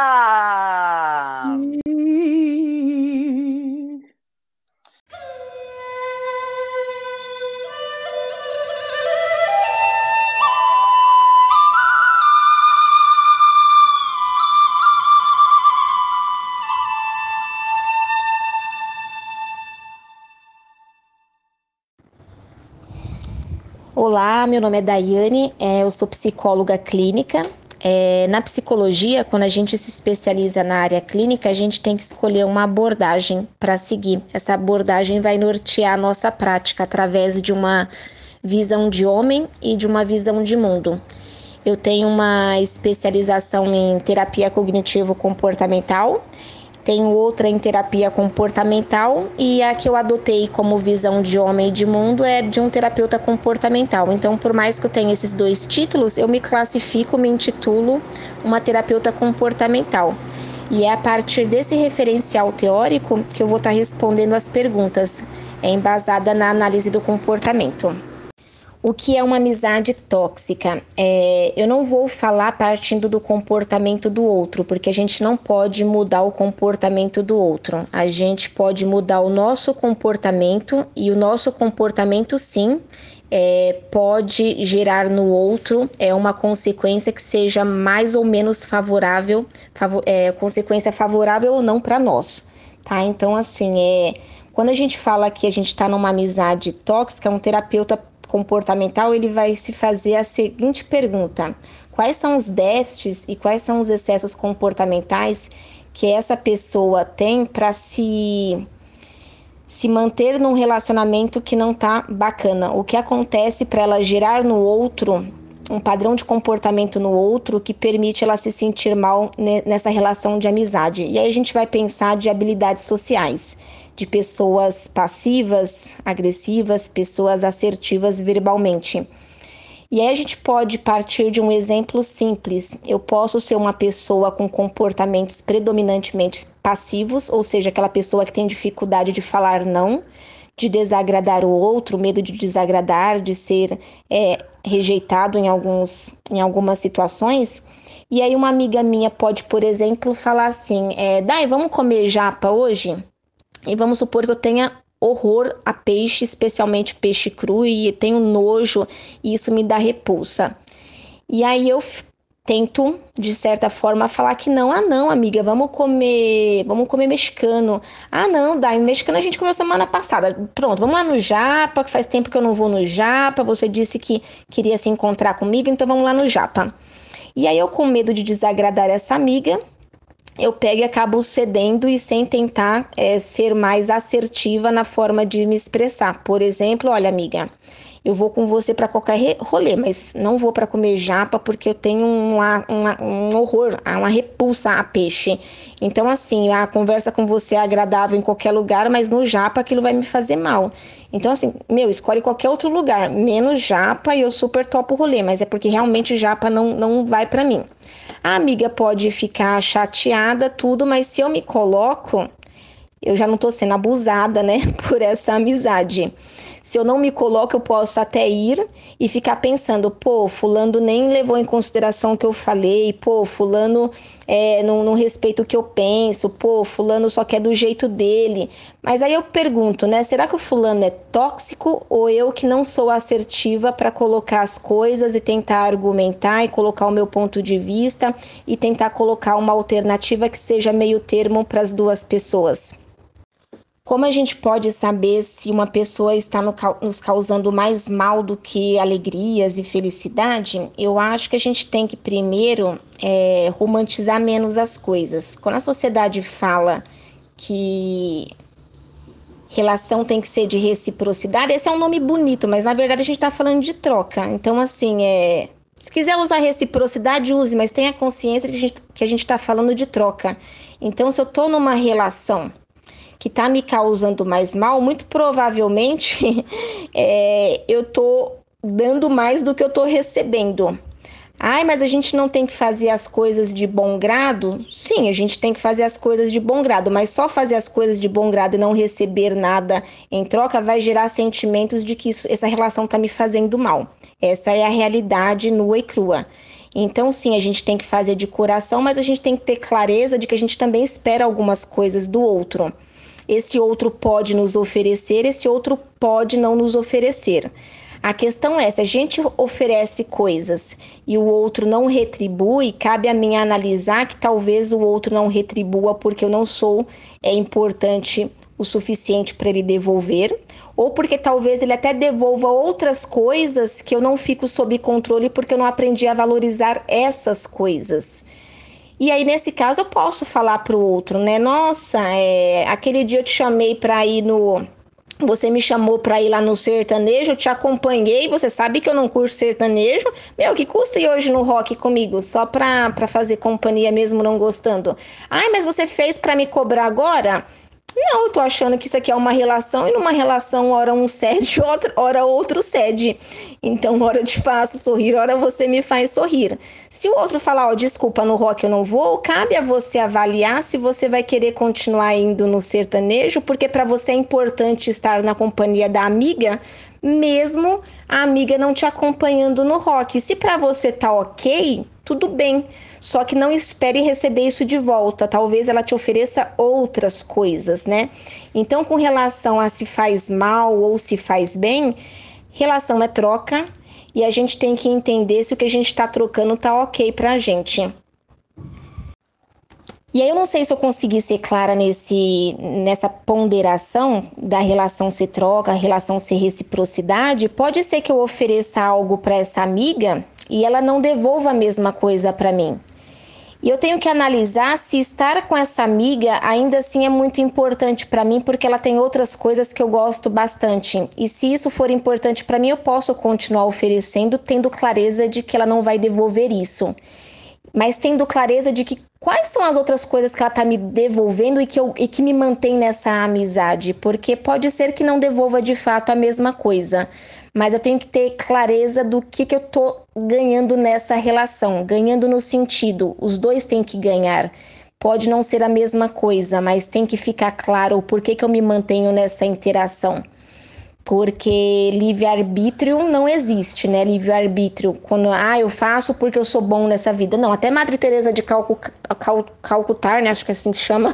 Olá, meu nome é Daiane, eu sou psicóloga clínica, É, na psicologia, quando a gente se especializa na área clínica, a gente tem que escolher uma abordagem para seguir. Essa abordagem vai nortear a nossa prática através de uma visão de homem e de uma visão de mundo. Eu tenho uma especialização em terapia cognitivo-comportamental, tenho outra em terapia comportamental e a que eu adotei como visão de homem e de mundo é de um terapeuta comportamental. Então, por mais que eu tenha esses dois títulos, eu me classifico, me intitulo uma terapeuta comportamental. E é a partir desse referencial teórico que eu vou estar respondendo as perguntas, é embasada na análise do comportamento. O que é uma amizade tóxica? É, eu não vou falar partindo do comportamento do outro, porque a gente não pode mudar o comportamento do outro. A gente pode mudar o nosso comportamento e o nosso comportamento, sim, é, pode gerar no outro é, uma consequência que seja mais ou menos favorável, favor, é, consequência favorável ou não para nós, tá? Então, assim, é, quando a gente fala que a gente está numa amizade tóxica, um terapeuta comportamental, ele vai se fazer a seguinte pergunta: quais são os déficits e quais são os excessos comportamentais que essa pessoa tem para se, se manter num relacionamento que não tá bacana? O que acontece para ela gerar no outro um padrão de comportamento no outro que permite ela se sentir mal nessa relação de amizade? E aí a gente vai pensar de habilidades sociais, de pessoas passivas, agressivas, pessoas assertivas verbalmente. E aí a gente pode partir de um exemplo simples. Eu posso ser uma pessoa com comportamentos predominantemente passivos, ou seja, aquela pessoa que tem dificuldade de falar não, de desagradar o outro, medo de desagradar, de ser é, rejeitado em, alguns, em algumas situações. E aí uma amiga minha pode, por exemplo, falar assim, é, Dai, vamos comer japa hoje? E vamos supor que eu tenha horror a peixe, especialmente peixe cru, e tenho nojo, e isso me dá repulsa. E aí eu tento, de certa forma, falar que não. Ah, não, amiga, vamos comer, vamos comer mexicano. Ah, não, Dai, mexicano a gente comeu semana passada. Pronto, vamos lá no Japa, que faz tempo que eu não vou no Japa. Você disse que queria se encontrar comigo, então vamos lá no Japa. E aí eu, com medo de desagradar essa amiga, eu pego e acabo cedendo e sem tentar é, ser mais assertiva na forma de me expressar. Por exemplo, olha, amiga, eu vou com você para qualquer rolê, mas não vou para comer japa porque eu tenho uma, uma, um horror, uma repulsa a peixe. Então, assim, a conversa com você é agradável em qualquer lugar, mas no japa aquilo vai me fazer mal. Então, assim, meu, escolhe qualquer outro lugar, menos japa, e eu super topo o rolê, mas é porque realmente japa não, não vai para mim. A amiga pode ficar chateada, tudo, mas se eu me coloco, eu já não tô sendo abusada, né, por essa amizade. Se eu não me coloco, eu posso até ir e ficar pensando, pô, fulano nem levou em consideração o que eu falei, pô, fulano é, não, não respeita o que eu penso, pô, fulano só quer do jeito dele. Mas aí eu pergunto, né, será que o fulano é tóxico ou eu que não sou assertiva para colocar as coisas e tentar argumentar e colocar o meu ponto de vista e tentar colocar uma alternativa que seja meio termo para as duas pessoas? Como a gente pode saber se uma pessoa está no, nos causando mais mal do que alegrias e felicidade? Eu acho que a gente tem que primeiro é, romantizar menos as coisas. Quando a sociedade fala que relação tem que ser de reciprocidade, esse é um nome bonito, mas na verdade a gente está falando de troca. Então, assim, é, se quiser usar reciprocidade, use, mas tenha consciência que a gente está falando de troca. Então, se eu estou numa relação que está me causando mais mal, muito provavelmente é, eu estou dando mais do que eu estou recebendo. Ai, mas a gente não tem que fazer as coisas de bom grado? Sim, a gente tem que fazer as coisas de bom grado, mas só fazer as coisas de bom grado e não receber nada em troca vai gerar sentimentos de que isso, essa relação está me fazendo mal. Essa é a realidade nua e crua. Então, sim, a gente tem que fazer de coração, mas a gente tem que ter clareza de que a gente também espera algumas coisas do outro. Esse outro pode nos oferecer, esse outro pode não nos oferecer. A questão é, se a gente oferece coisas e o outro não retribui, cabe a mim analisar que talvez o outro não retribua porque eu não sou é, importante o suficiente para ele devolver, ou porque talvez ele até devolva outras coisas que eu não fico sob controle porque eu não aprendi a valorizar essas coisas. E aí, nesse caso, eu posso falar para o outro, né? Nossa, é, aquele dia eu te chamei para ir no... Você me chamou para ir lá no sertanejo, eu te acompanhei, você sabe que eu não curto sertanejo. Meu, que custa ir hoje no rock comigo? Só pra, pra fazer companhia mesmo não gostando. Ai, mas você fez para me cobrar agora? Não, eu tô achando que isso aqui é uma relação, e numa relação, hora um cede, outra, hora outro cede. Então, hora eu te faço sorrir, hora você me faz sorrir. Se o outro falar, ó, desculpa, no rock eu não vou, cabe a você avaliar se você vai querer continuar indo no sertanejo, porque para você é importante estar na companhia da amiga, mesmo a amiga não te acompanhando no rock. Se para você tá ok, tudo bem. Só que não espere receber isso de volta. Talvez ela te ofereça outras coisas, né? Então, com relação a se faz mal ou se faz bem, relação é troca e a gente tem que entender se o que a gente está trocando tá ok pra gente. E aí eu não sei se eu consegui ser clara nesse, nessa ponderação da relação ser troca, a relação ser reciprocidade. Pode ser que eu ofereça algo para essa amiga e ela não devolva a mesma coisa para mim. E eu tenho que analisar se estar com essa amiga ainda assim é muito importante para mim, porque ela tem outras coisas que eu gosto bastante. E se isso for importante para mim, eu posso continuar oferecendo, tendo clareza de que ela não vai devolver isso. Mas tendo clareza de que quais são as outras coisas que ela está me devolvendo e que, eu, e que me mantém nessa amizade. Porque pode ser que não devolva de fato a mesma coisa. Mas eu tenho que ter clareza do que, que eu tô ganhando nessa relação. Ganhando no sentido, os dois têm que ganhar. Pode não ser a mesma coisa, mas tem que ficar claro o porquê que eu me mantenho nessa interação. Porque livre-arbítrio não existe, né? Livre-arbítrio, quando, ah, eu faço porque eu sou bom nessa vida. Não, até Madre Teresa de Calcu, Cal, Calcutá, né? Acho que assim que chama.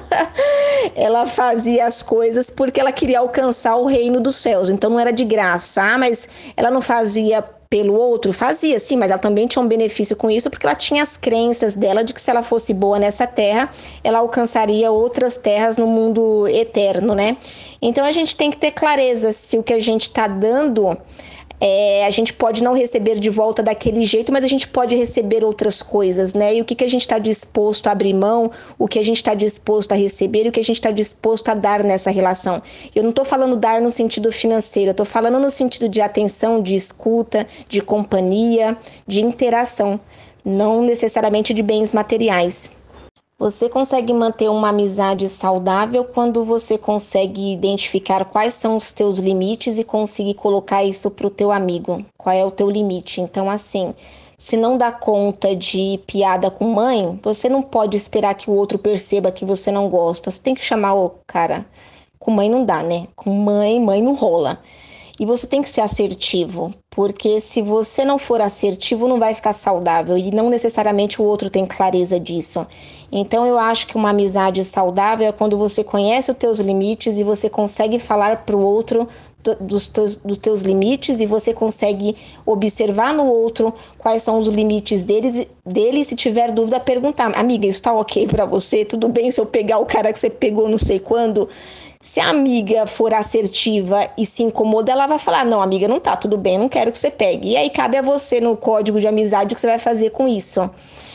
Ela fazia as coisas porque ela queria alcançar o reino dos céus. Então não era de graça, ah, mas ela não fazia pelo outro? Fazia, sim, mas ela também tinha um benefício com isso, porque ela tinha as crenças dela de que se ela fosse boa nessa terra, ela alcançaria outras terras no mundo eterno, né? Então a gente tem que ter clareza se o que a gente está dando, é, a gente pode não receber de volta daquele jeito, mas a gente pode receber outras coisas, né? E o que, que a gente está disposto a abrir mão, o que a gente está disposto a receber e o que a gente está disposto a dar nessa relação. Eu não estou falando dar no sentido financeiro, eu estou falando no sentido de atenção, de escuta, de companhia, de interação, não necessariamente de bens materiais. Você consegue manter uma amizade saudável quando você consegue identificar quais são os teus limites e conseguir colocar isso para o teu amigo. Qual é o teu limite? Então, assim, se não dá conta de piada com mãe, você não pode esperar que o outro perceba que você não gosta. Você tem que chamar o cara. Com mãe não dá, né? Com mãe, mãe não rola. E você tem que ser assertivo, porque se você não for assertivo, não vai ficar saudável e não necessariamente o outro tem clareza disso. Então eu acho que uma amizade saudável é quando você conhece os teus limites e você consegue falar para o outro dos teus, dos teus limites e você consegue observar no outro quais são os limites deles, dele e se tiver dúvida perguntar, amiga, isso tá ok para você? Tudo bem se eu pegar o cara que você pegou não sei quando? Se a amiga for assertiva e se incomoda, ela vai falar, não, amiga, não tá, tudo bem, não quero que você pegue. E aí cabe a você, no código de amizade, o que você vai fazer com isso.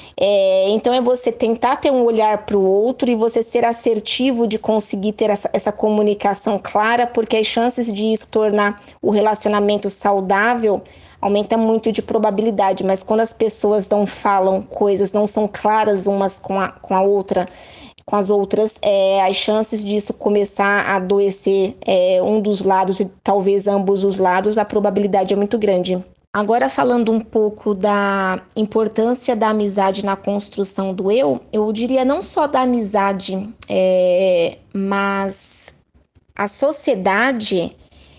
É, então é você tentar ter um olhar para o outro e você ser assertivo de conseguir ter essa, essa comunicação clara, porque as chances de isso tornar o relacionamento saudável aumenta muito de probabilidade, mas quando as pessoas não falam coisas, não são claras umas com a, com a outra, com as outras, é, as chances disso começar a adoecer é, um dos lados e talvez ambos os lados, a probabilidade é muito grande. Agora, falando um pouco da importância da amizade na construção do eu, eu diria não só da amizade, é, mas a sociedade,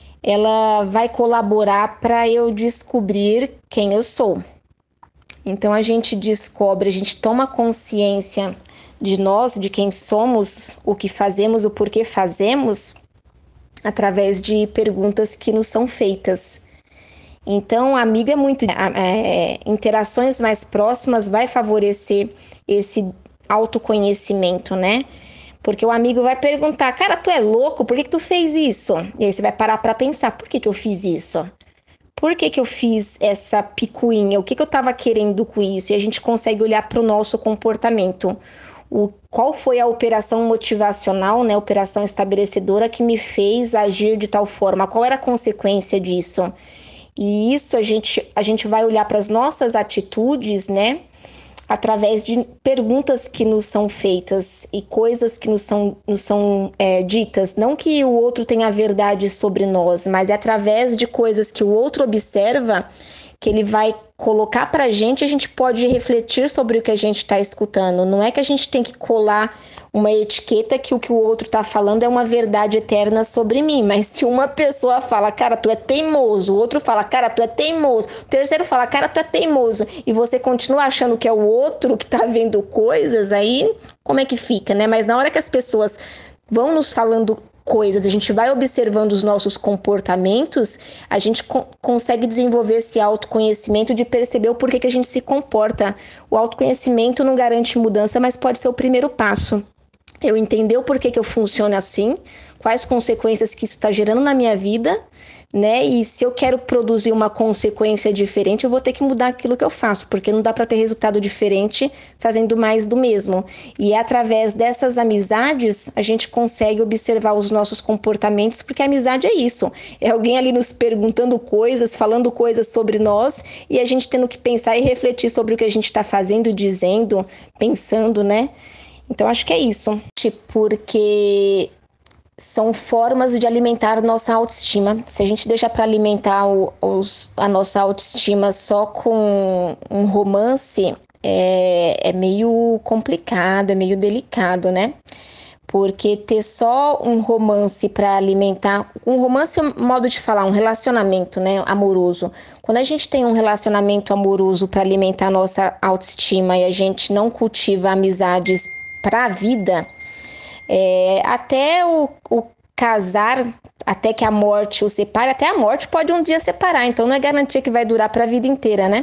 ela vai colaborar para eu descobrir quem eu sou. Então, a gente descobre, a gente toma consciência de nós, de quem somos, o que fazemos, o porquê fazemos, através de perguntas que nos são feitas. Então, a amiga é muito... É, interações mais próximas vai favorecer esse autoconhecimento, né? Porque o amigo vai perguntar, cara, tu é louco? Por que que tu fez isso? E aí você vai parar pra pensar, por que que eu fiz isso? Por que que eu fiz essa picuinha? O que que eu estava querendo com isso? E a gente consegue olhar para o nosso comportamento. O, qual foi a operação motivacional, né, operação estabelecedora que me fez agir de tal forma? Qual era a consequência disso? E isso a gente, a gente vai olhar para as nossas atitudes, né? Através de perguntas que nos são feitas e coisas que nos são, nos são é, ditas. Não que o outro tenha a verdade sobre nós, mas é através de coisas que o outro observa que ele vai colocar para a gente, a gente pode refletir sobre o que a gente está escutando. Não é que a gente tem que colar uma etiqueta que o que o outro está falando é uma verdade eterna sobre mim, mas se uma pessoa fala, cara, tu é teimoso, o outro fala, cara, tu é teimoso, o terceiro fala, cara, tu é teimoso, e você continua achando que é o outro que tá vendo coisas, aí como é que fica, né? Mas na hora que as pessoas vão nos falando coisas, a gente vai observando os nossos comportamentos, a gente co- consegue desenvolver esse autoconhecimento de perceber o porquê que a gente se comporta. O autoconhecimento não garante mudança, mas pode ser o primeiro passo. Eu entender o porquê que eu funciono assim, quais consequências que isso está gerando na minha vida, né? E se eu quero produzir uma consequência diferente, eu vou ter que mudar aquilo que eu faço, porque não dá para ter resultado diferente fazendo mais do mesmo. E é através dessas amizades a gente consegue observar os nossos comportamentos, porque a amizade é isso. É alguém ali nos perguntando coisas, falando coisas sobre nós, e a gente tendo que pensar e refletir sobre o que a gente está fazendo, dizendo, pensando, né? Então, acho que é isso. Porque são formas de alimentar nossa autoestima. Se a gente deixa para alimentar o, os, a nossa autoestima só com um romance, é, é meio complicado, é meio delicado, né? Porque ter só um romance para alimentar... Um romance é um modo de falar, um relacionamento, né, amoroso. Quando a gente tem um relacionamento amoroso para alimentar a nossa autoestima e a gente não cultiva amizades para a vida, é, até o, o casar, até que a morte o separe, até a morte pode um dia separar, então não é garantia que vai durar para a vida inteira, né?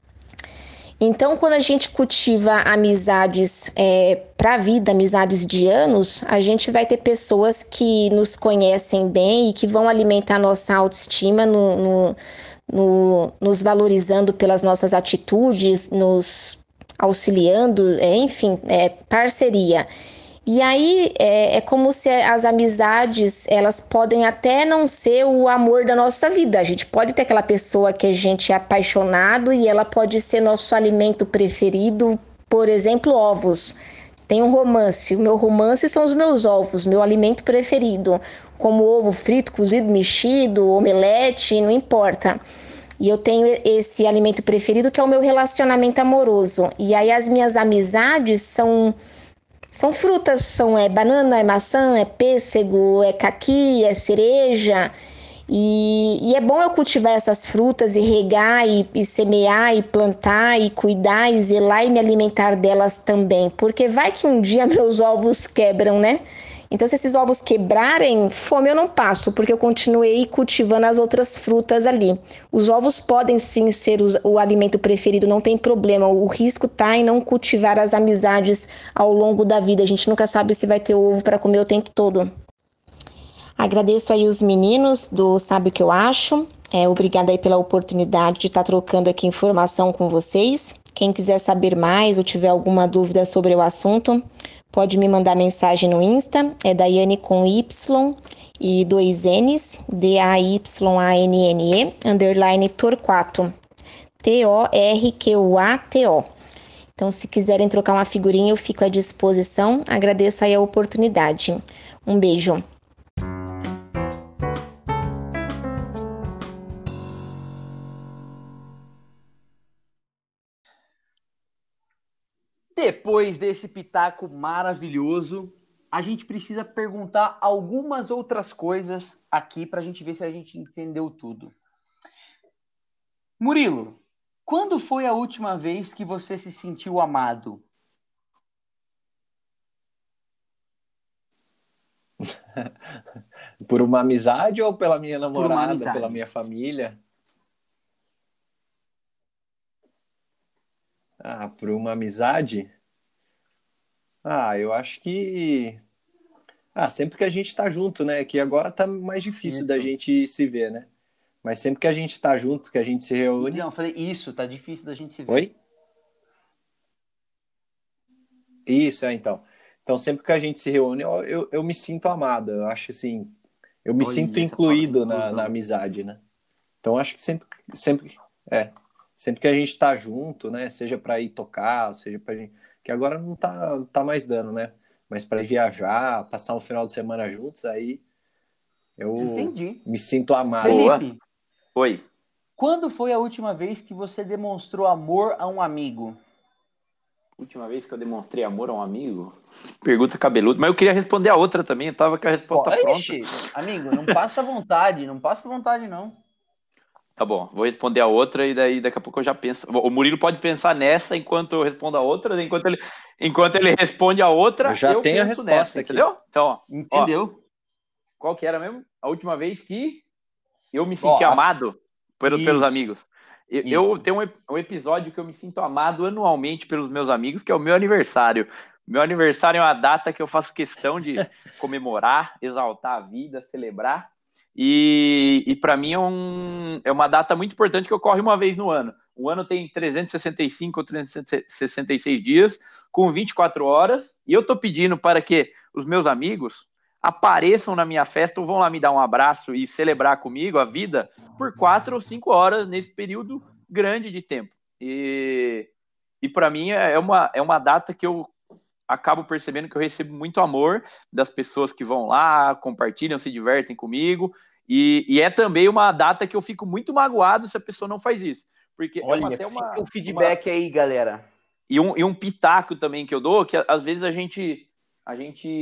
Então, quando a gente cultiva amizades é, para a vida, amizades de anos, a gente vai ter pessoas que nos conhecem bem e que vão alimentar nossa autoestima, no, no, no, nos valorizando pelas nossas atitudes, nos auxiliando, é, enfim, é, parceria. E aí é, é como se as amizades, elas podem até não ser o amor da nossa vida. A gente pode ter aquela pessoa que a gente é apaixonado e ela pode ser nosso alimento preferido, por exemplo, ovos. Tem um romance, o meu romance são os meus ovos, meu alimento preferido, como ovo frito, cozido, mexido, omelete, não importa. E eu tenho esse alimento preferido que é o meu relacionamento amoroso. E aí as minhas amizades são são frutas, são é banana, é maçã, é pêssego, é caqui, é cereja. E, e é bom eu cultivar essas frutas e regar e, e semear e plantar e cuidar e zelar e me alimentar delas também, porque vai que um dia meus ovos quebram, né? Então, se esses ovos quebrarem, fome eu não passo, porque eu continuei cultivando as outras frutas ali. Os ovos podem sim ser os, o alimento preferido, não tem problema. O risco tá em não cultivar as amizades ao longo da vida. A gente nunca sabe se vai ter ovo para comer o tempo todo. Agradeço aí os meninos do Sabe o que eu acho. É, obrigada aí pela oportunidade de estar trocando aqui informação com vocês. Quem quiser saber mais ou tiver alguma dúvida sobre o assunto, pode me mandar mensagem no Insta, é Daiane com Y e dois N's, D A Y A N N E, underline Torquato, T O R Q U A T O. Então, se quiserem trocar uma figurinha, eu fico à disposição. Agradeço aí a oportunidade. Um beijo. Depois desse pitaco maravilhoso, a gente precisa perguntar algumas outras coisas aqui para a gente ver se a gente entendeu tudo. Murilo, quando foi a última vez que você se sentiu amado? Por uma amizade ou pela minha Por uma namorada, pela amizade. minha família? Ah, por uma amizade? Ah, eu acho que Ah, sempre que a gente tá junto, né? Que agora tá mais difícil Isso. da gente se ver, né? Mas sempre que a gente tá junto, que a gente se reúne. Não, eu falei, isso, tá difícil da gente se ver. Oi? Isso, é, então. Então, sempre que a gente se reúne, eu, eu, eu me sinto amado. Eu acho assim, eu me sinto Olha essa palavra, incluído na, na inclusão. amizade, né? Então, acho que sempre, sempre, é, sempre que a gente tá junto, né? Seja para ir tocar, seja pra gente, que agora não tá, tá mais dando, né? Mas para ir viajar, passar um final de semana juntos, aí eu Entendi. me sinto amado. Boa. Felipe, Oi. quando foi a última vez que você demonstrou amor a um amigo? Última vez que eu demonstrei amor a um amigo? Pergunta cabeluda. Mas eu queria responder a outra também. Eu tava com a resposta Ó, pronta. ixi, amigo, não passa vontade, não passa vontade, não. Tá bom, vou responder a outra e daí daqui a pouco eu já penso. O Murilo pode pensar nessa enquanto eu respondo a outra, enquanto ele, enquanto ele responde a outra, Eu já eu tenho a penso resposta nessa, aqui. entendeu? Então, ó, ó, Entendeu? qual que era mesmo? A última vez que eu me Ó, senti a- amado pelos, pelos Isso, amigos. Eu, eu isso. tenho um, ep- um episódio que eu me sinto amado anualmente pelos meus amigos, que é o meu aniversário. Meu aniversário é uma data que eu faço questão de comemorar, exaltar a vida, celebrar. E, e para mim é, um, é uma data muito importante que ocorre uma vez no ano. O ano tem trezentos e sessenta e cinco ou trezentos e sessenta e seis dias, com vinte e quatro horas, e eu estou pedindo para que os meus amigos apareçam na minha festa ou vão lá me dar um abraço e celebrar comigo a vida por quatro ou cinco horas nesse período grande de tempo. E, e para mim é uma, é uma data que eu acabo percebendo que eu recebo muito amor das pessoas que vão lá, compartilham, se divertem comigo. E, e é também uma data que eu fico muito magoado se a pessoa não faz isso. Porque é uma, Olha, até uma, fica o uma, feedback aí, galera. e um, e um pitaco também que eu dou, que às vezes a gente, a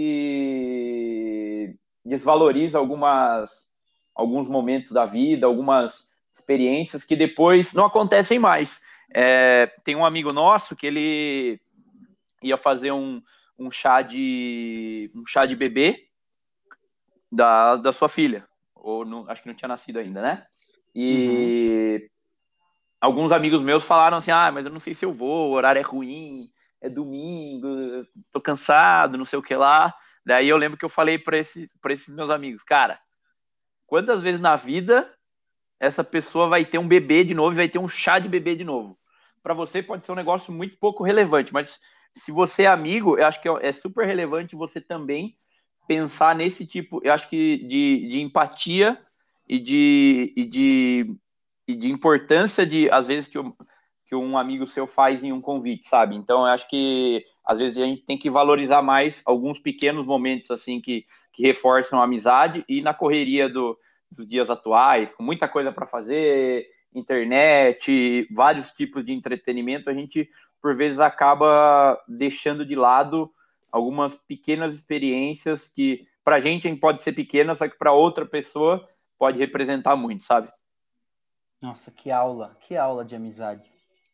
gente desvaloriza algumas, alguns momentos da vida, algumas experiências que depois não acontecem mais. É, tem um amigo nosso que ele ia fazer um, um chá de um chá de bebê da, da sua filha, ou não, acho que não tinha nascido ainda, né? E uhum. Alguns amigos meus falaram assim, ah, mas eu não sei se eu vou, o horário é ruim, é domingo, tô cansado, não sei o que lá. Daí eu lembro que eu falei para esse, para esses meus amigos, cara, quantas vezes na vida essa pessoa vai ter um bebê de novo e vai ter um chá de bebê de novo? Para você pode ser um negócio muito pouco relevante, mas se você é amigo, eu acho que é super relevante você também pensar nesse tipo, eu acho que de, de empatia e de, e de e de importância de, às vezes, que, eu, que um amigo seu faz em um convite, sabe? Então, eu acho que, às vezes, a gente tem que valorizar mais alguns pequenos momentos, assim, que, que reforçam a amizade e na correria do, dos dias atuais, com muita coisa para fazer, internet, vários tipos de entretenimento, a gente, por vezes, acaba deixando de lado algumas pequenas experiências que, pra gente, pode ser pequena, só que para outra pessoa pode representar muito, sabe? Nossa, que aula, que aula de amizade.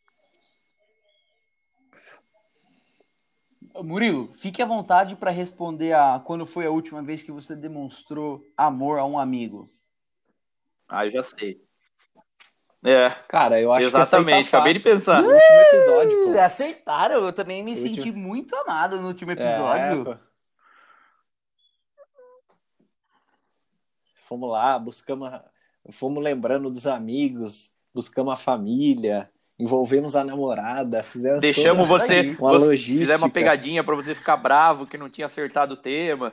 Murilo, fique à vontade para responder a quando foi a última vez que você demonstrou amor a um amigo. Ah, eu já sei. É, cara, eu acho exatamente, que essa aí tá acabei de fácil. pensar. No último episódio, pô. Acertaram, eu também me O senti último... muito amado no último É, episódio. pô. Fomos lá, buscamos, fomos lembrando dos amigos, buscamos a família, envolvemos a namorada, fizemos Deixamos toda você, uma você logística. fizemos uma pegadinha para você ficar bravo que não tinha acertado o tema.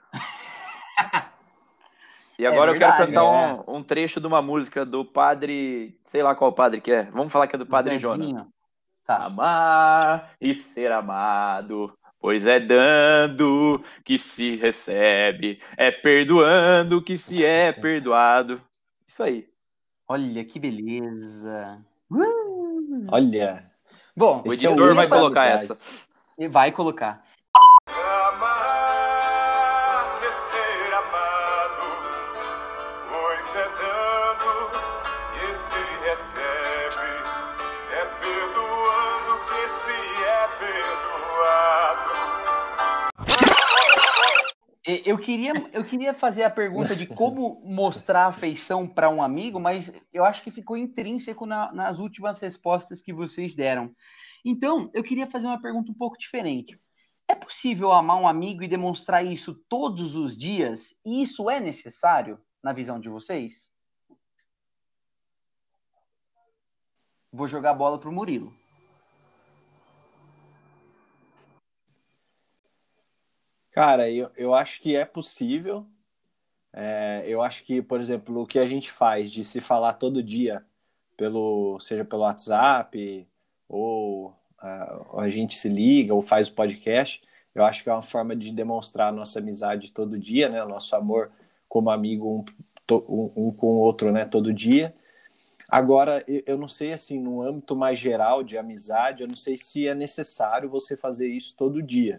E agora É eu quero verdade, cantar é. um, um trecho de uma música do padre, sei lá qual padre que é. Vamos falar que é do padre Jonas. Zezinho. Tá. Amar e ser amado, pois é dando que se recebe, é perdoando que se é perdoado. Isso aí. Olha que beleza. Olha, Bom, O esse é o editor hino vai da colocar amizade. essa. e vai colocar. Amar e ser amado, pois é dando que se recebe, é perdoando que se é perdoado. Eu queria, eu queria fazer a pergunta de como mostrar afeição para um amigo, mas eu acho que ficou intrínseco na, nas últimas respostas que vocês deram. Então, eu queria fazer uma pergunta um pouco diferente. É É possível amar um amigo e demonstrar isso todos os dias? E isso é necessário, na visão de vocês? Vou jogar a bola pro Murilo. Cara, eu, eu acho que é possível. É, eu acho que, por exemplo, o que a gente faz de se falar todo dia, pelo, seja pelo WhatsApp, ou uh, a gente se liga, ou faz o podcast, eu acho que é uma forma de demonstrar a nossa amizade todo dia, né? O nosso amor como amigo um, to, um, um com o outro, né? Todo dia. Agora, eu, eu não sei, assim, no âmbito mais geral de amizade, eu não sei se é necessário você fazer isso todo dia.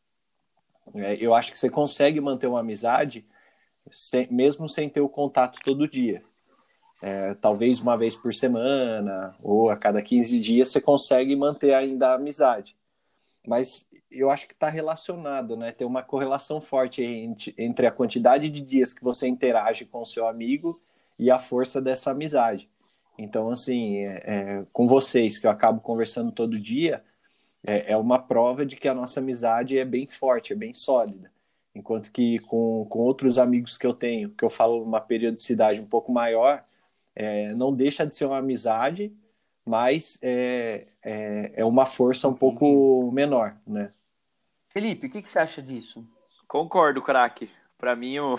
É, eu acho que você consegue manter uma amizade sem, mesmo sem ter o contato todo dia. É, talvez uma vez por semana ou a cada quinze dias você consegue manter ainda a amizade. Mas eu acho que está relacionado, né? Tem uma correlação forte entre a quantidade de dias que você interage com o seu amigo e a força dessa amizade. Então, assim, é, é, com vocês, que eu acabo conversando todo dia, é, é uma prova de que a nossa amizade é bem forte, é bem sólida. Enquanto que com, com outros amigos que eu tenho, que eu falo uma periodicidade um pouco maior, é, não deixa de ser uma amizade, mas é, é, é uma força um pouco menor, né? Felipe, o que, que você acha disso? Concordo, craque. Para mim, o,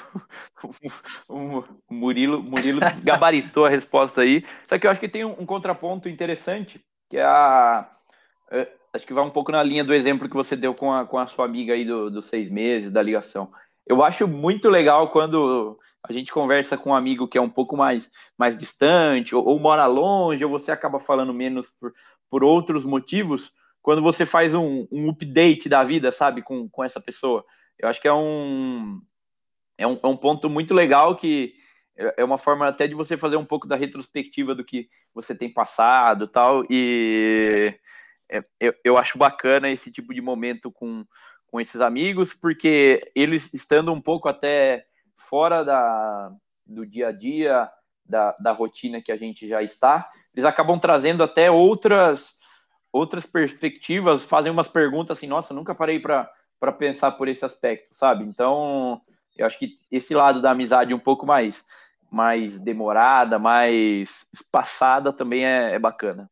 o, o Murilo, Murilo gabaritou a resposta aí. Só que eu acho que tem um, um contraponto interessante, que é a... É, acho que vai um pouco na linha do exemplo que você deu com a, com a sua amiga aí do, dos seis meses, da ligação. Eu acho muito legal quando a gente conversa com um amigo que é um pouco mais, mais distante, ou, ou mora longe, ou você acaba falando menos por, por outros motivos, quando você faz um, um update da vida, sabe, com, com essa pessoa. Eu acho que é um, é um, é um ponto muito legal que é uma forma até de você fazer um pouco da retrospectiva do que você tem passado tal, e eu, eu acho bacana esse tipo de momento com, com esses amigos, porque eles estando um pouco até fora da, do dia a dia, da, da rotina que a gente já está, eles acabam trazendo até outras, outras perspectivas, fazem umas perguntas assim, nossa, nunca parei para pensar por esse aspecto, sabe? Então, eu acho que esse lado da amizade um pouco mais, mais demorada, mais espaçada também é, é bacana.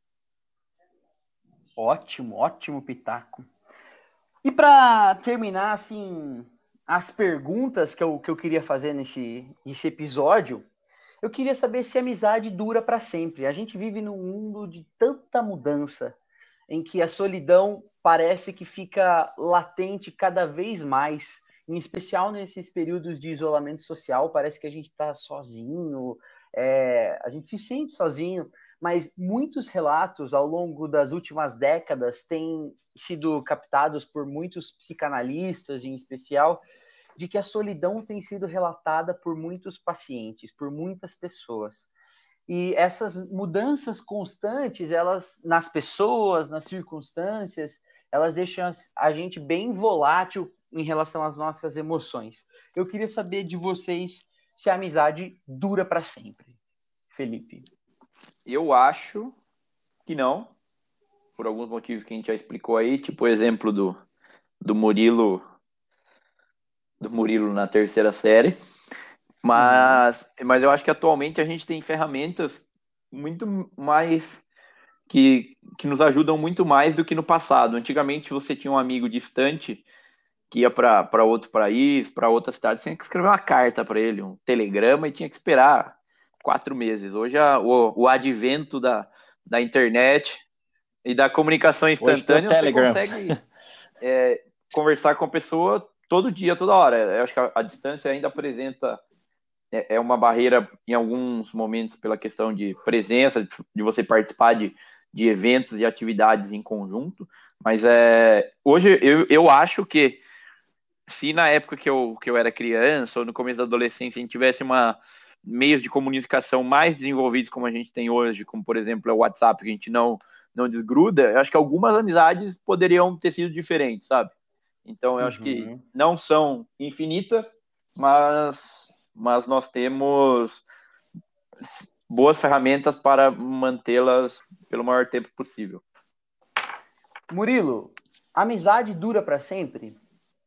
Ótimo, ótimo pitaco. E para terminar, assim, as perguntas que eu, que eu queria fazer nesse, nesse episódio, eu queria saber se a amizade dura para sempre. A gente vive num mundo de tanta mudança, em que a solidão parece que fica latente cada vez mais, em especial nesses períodos de isolamento social, parece que a gente está sozinho, é, a gente se sente sozinho, mas muitos relatos ao longo das últimas décadas têm sido captados por muitos psicanalistas, em especial, de que a solidão tem sido relatada por muitos pacientes, por muitas pessoas. E essas mudanças constantes, elas nas pessoas, nas circunstâncias, elas deixam a gente bem volátil em relação às nossas emoções. Eu queria saber de vocês se a amizade dura para sempre. Felipe. Eu acho que não, por alguns motivos que a gente já explicou aí, tipo o exemplo do, do Murilo do Murilo na terceira série. Mas, uhum. mas eu acho que atualmente a gente tem ferramentas muito mais que, que nos ajudam muito mais do que no passado. Antigamente você tinha um amigo distante que ia para outro país, para outra cidade, você tinha que escrever uma carta para ele, um telegrama, e tinha que esperar quatro meses. Hoje a, o, o advento da, da internet e da comunicação instantânea, você consegue é, conversar com a pessoa todo dia, toda hora. Eu acho que a, a distância ainda apresenta é, é uma barreira em alguns momentos pela questão de presença, de, de você participar de, de eventos e atividades em conjunto, mas é, hoje eu, eu acho que se na época que eu, que eu era criança ou no começo da adolescência a gente tivesse uma, meios de comunicação mais desenvolvidos como a gente tem hoje, como por exemplo o WhatsApp, que a gente não, não desgruda, eu acho que algumas amizades poderiam ter sido diferentes, sabe? Então eu uhum. acho que não são infinitas, mas, mas nós temos boas ferramentas para mantê-las pelo maior tempo possível. Murilo, amizade dura para sempre?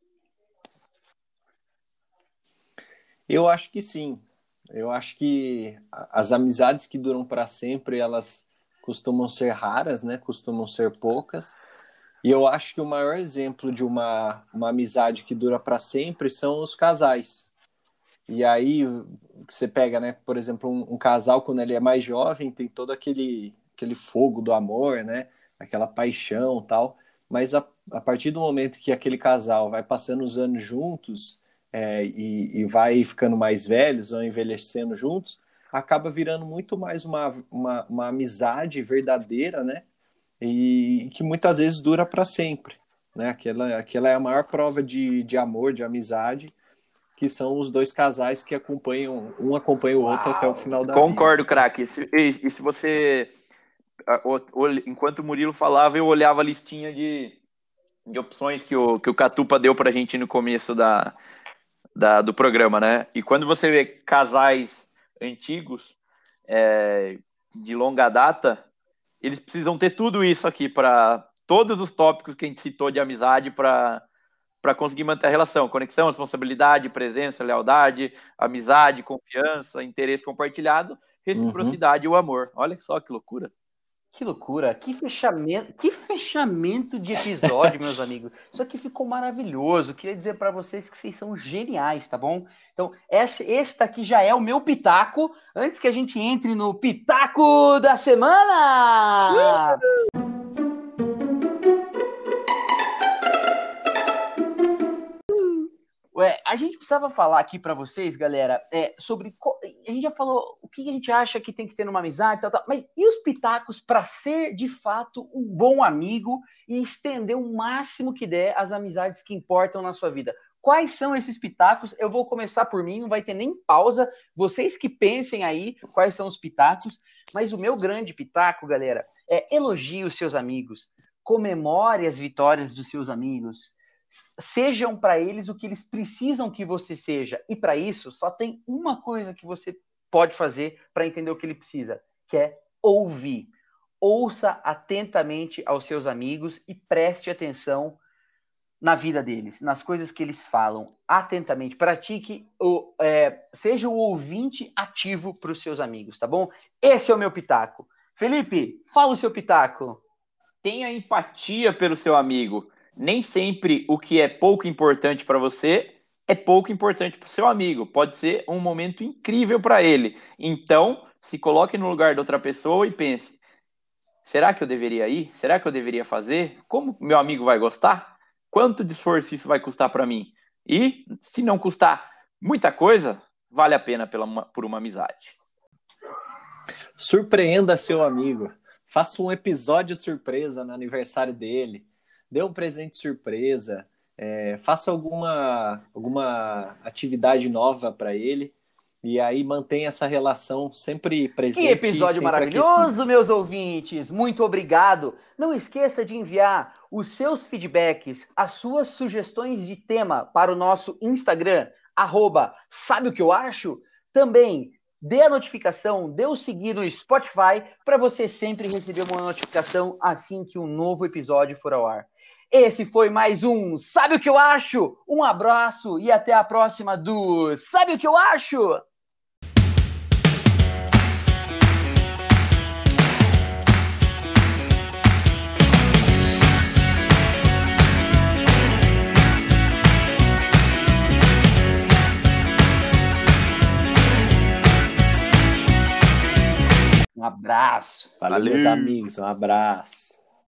Eu acho que sim. Eu acho que as amizades que duram para sempre, elas costumam ser raras, né? Costumam ser poucas. E eu acho que o maior exemplo de uma, uma amizade que dura para sempre são os casais. E aí você pega, né? Por exemplo, um, um casal quando ele é mais jovem tem todo aquele, aquele fogo do amor, né? Aquela paixão, tal. Mas a, a partir do momento que aquele casal vai passando os anos juntos, É, e, e vai ficando mais velhos ou envelhecendo juntos, acaba virando muito mais uma, uma, uma amizade verdadeira, né? E que muitas vezes dura para sempre, né? Aquela, aquela é a maior prova de, de amor, de amizade, que são os dois casais que acompanham, um acompanha o outro Uau, até o final da concordo, vida. craque. E, se- e- e se você, o- o- enquanto o Murilo falava, eu olhava a listinha de, de opções que o, que o Catupa deu pra gente no começo da, da- do programa, né? E quando você vê casais antigos, é, de longa data, eles precisam ter tudo isso aqui para todos os tópicos que a gente citou de amizade para para conseguir manter a relação: conexão, responsabilidade, presença, lealdade, amizade, confiança, interesse compartilhado, reciprocidade e o amor. Olha só que loucura. Que loucura, que fechamento, que fechamento de episódio, meus amigos. Isso aqui ficou maravilhoso. Queria dizer para vocês que vocês são geniais, tá bom? Então, esse, esse daqui já é o meu pitaco. Antes que a gente entre no Pitaco da Semana! Ué, a gente precisava falar aqui para vocês, galera, é, sobre... A gente já falou o que a gente acha que tem que ter numa amizade e tal, tal, mas e os pitacos para ser, de fato, um bom amigo e estender o máximo que der as amizades que importam na sua vida? Quais são esses pitacos? Eu vou começar por mim, não vai ter nem pausa. Vocês que pensem aí quais são os pitacos. Mas o meu grande pitaco, galera, é elogie os seus amigos. Comemore as vitórias dos seus amigos. Sejam para eles o que eles precisam que você seja. E para isso, só tem uma coisa que você pode fazer para entender o que ele precisa, que é ouvir. Ouça atentamente aos seus amigos e preste atenção na vida deles, nas coisas que eles falam. Atentamente. Pratique, o, é, seja o ouvinte ativo para os seus amigos, tá bom? Esse é o meu pitaco. Felipe, fala o seu pitaco. Tenha empatia pelo seu amigo. Nem sempre o que é pouco importante para você é pouco importante para o seu amigo. Pode ser um momento incrível para ele. Então, se coloque no lugar de outra pessoa e pense: será que eu deveria ir? Será que eu deveria fazer? Como meu amigo vai gostar? Quanto de esforço isso vai custar para mim? E, se não custar muita coisa, vale a pena pela, por uma amizade. Surpreenda seu amigo. Faça um episódio surpresa no aniversário dele. Dê um presente surpresa, é, faça alguma, alguma atividade nova para ele e aí mantenha essa relação sempre presente. Que episódio sempre maravilhoso, aquecido. Meus ouvintes! Muito obrigado! Não esqueça de enviar os seus feedbacks, as suas sugestões de tema para o nosso Instagram, arroba sabe o que eu acho? Também dê a notificação, dê o seguir no Spotify para você sempre receber uma notificação assim que um novo episódio for ao ar. Esse foi mais um Sabe o que eu acho? Um abraço e até a próxima do Sabe o que eu acho? Um abraço. Valeu, meus amigos. Um abraço.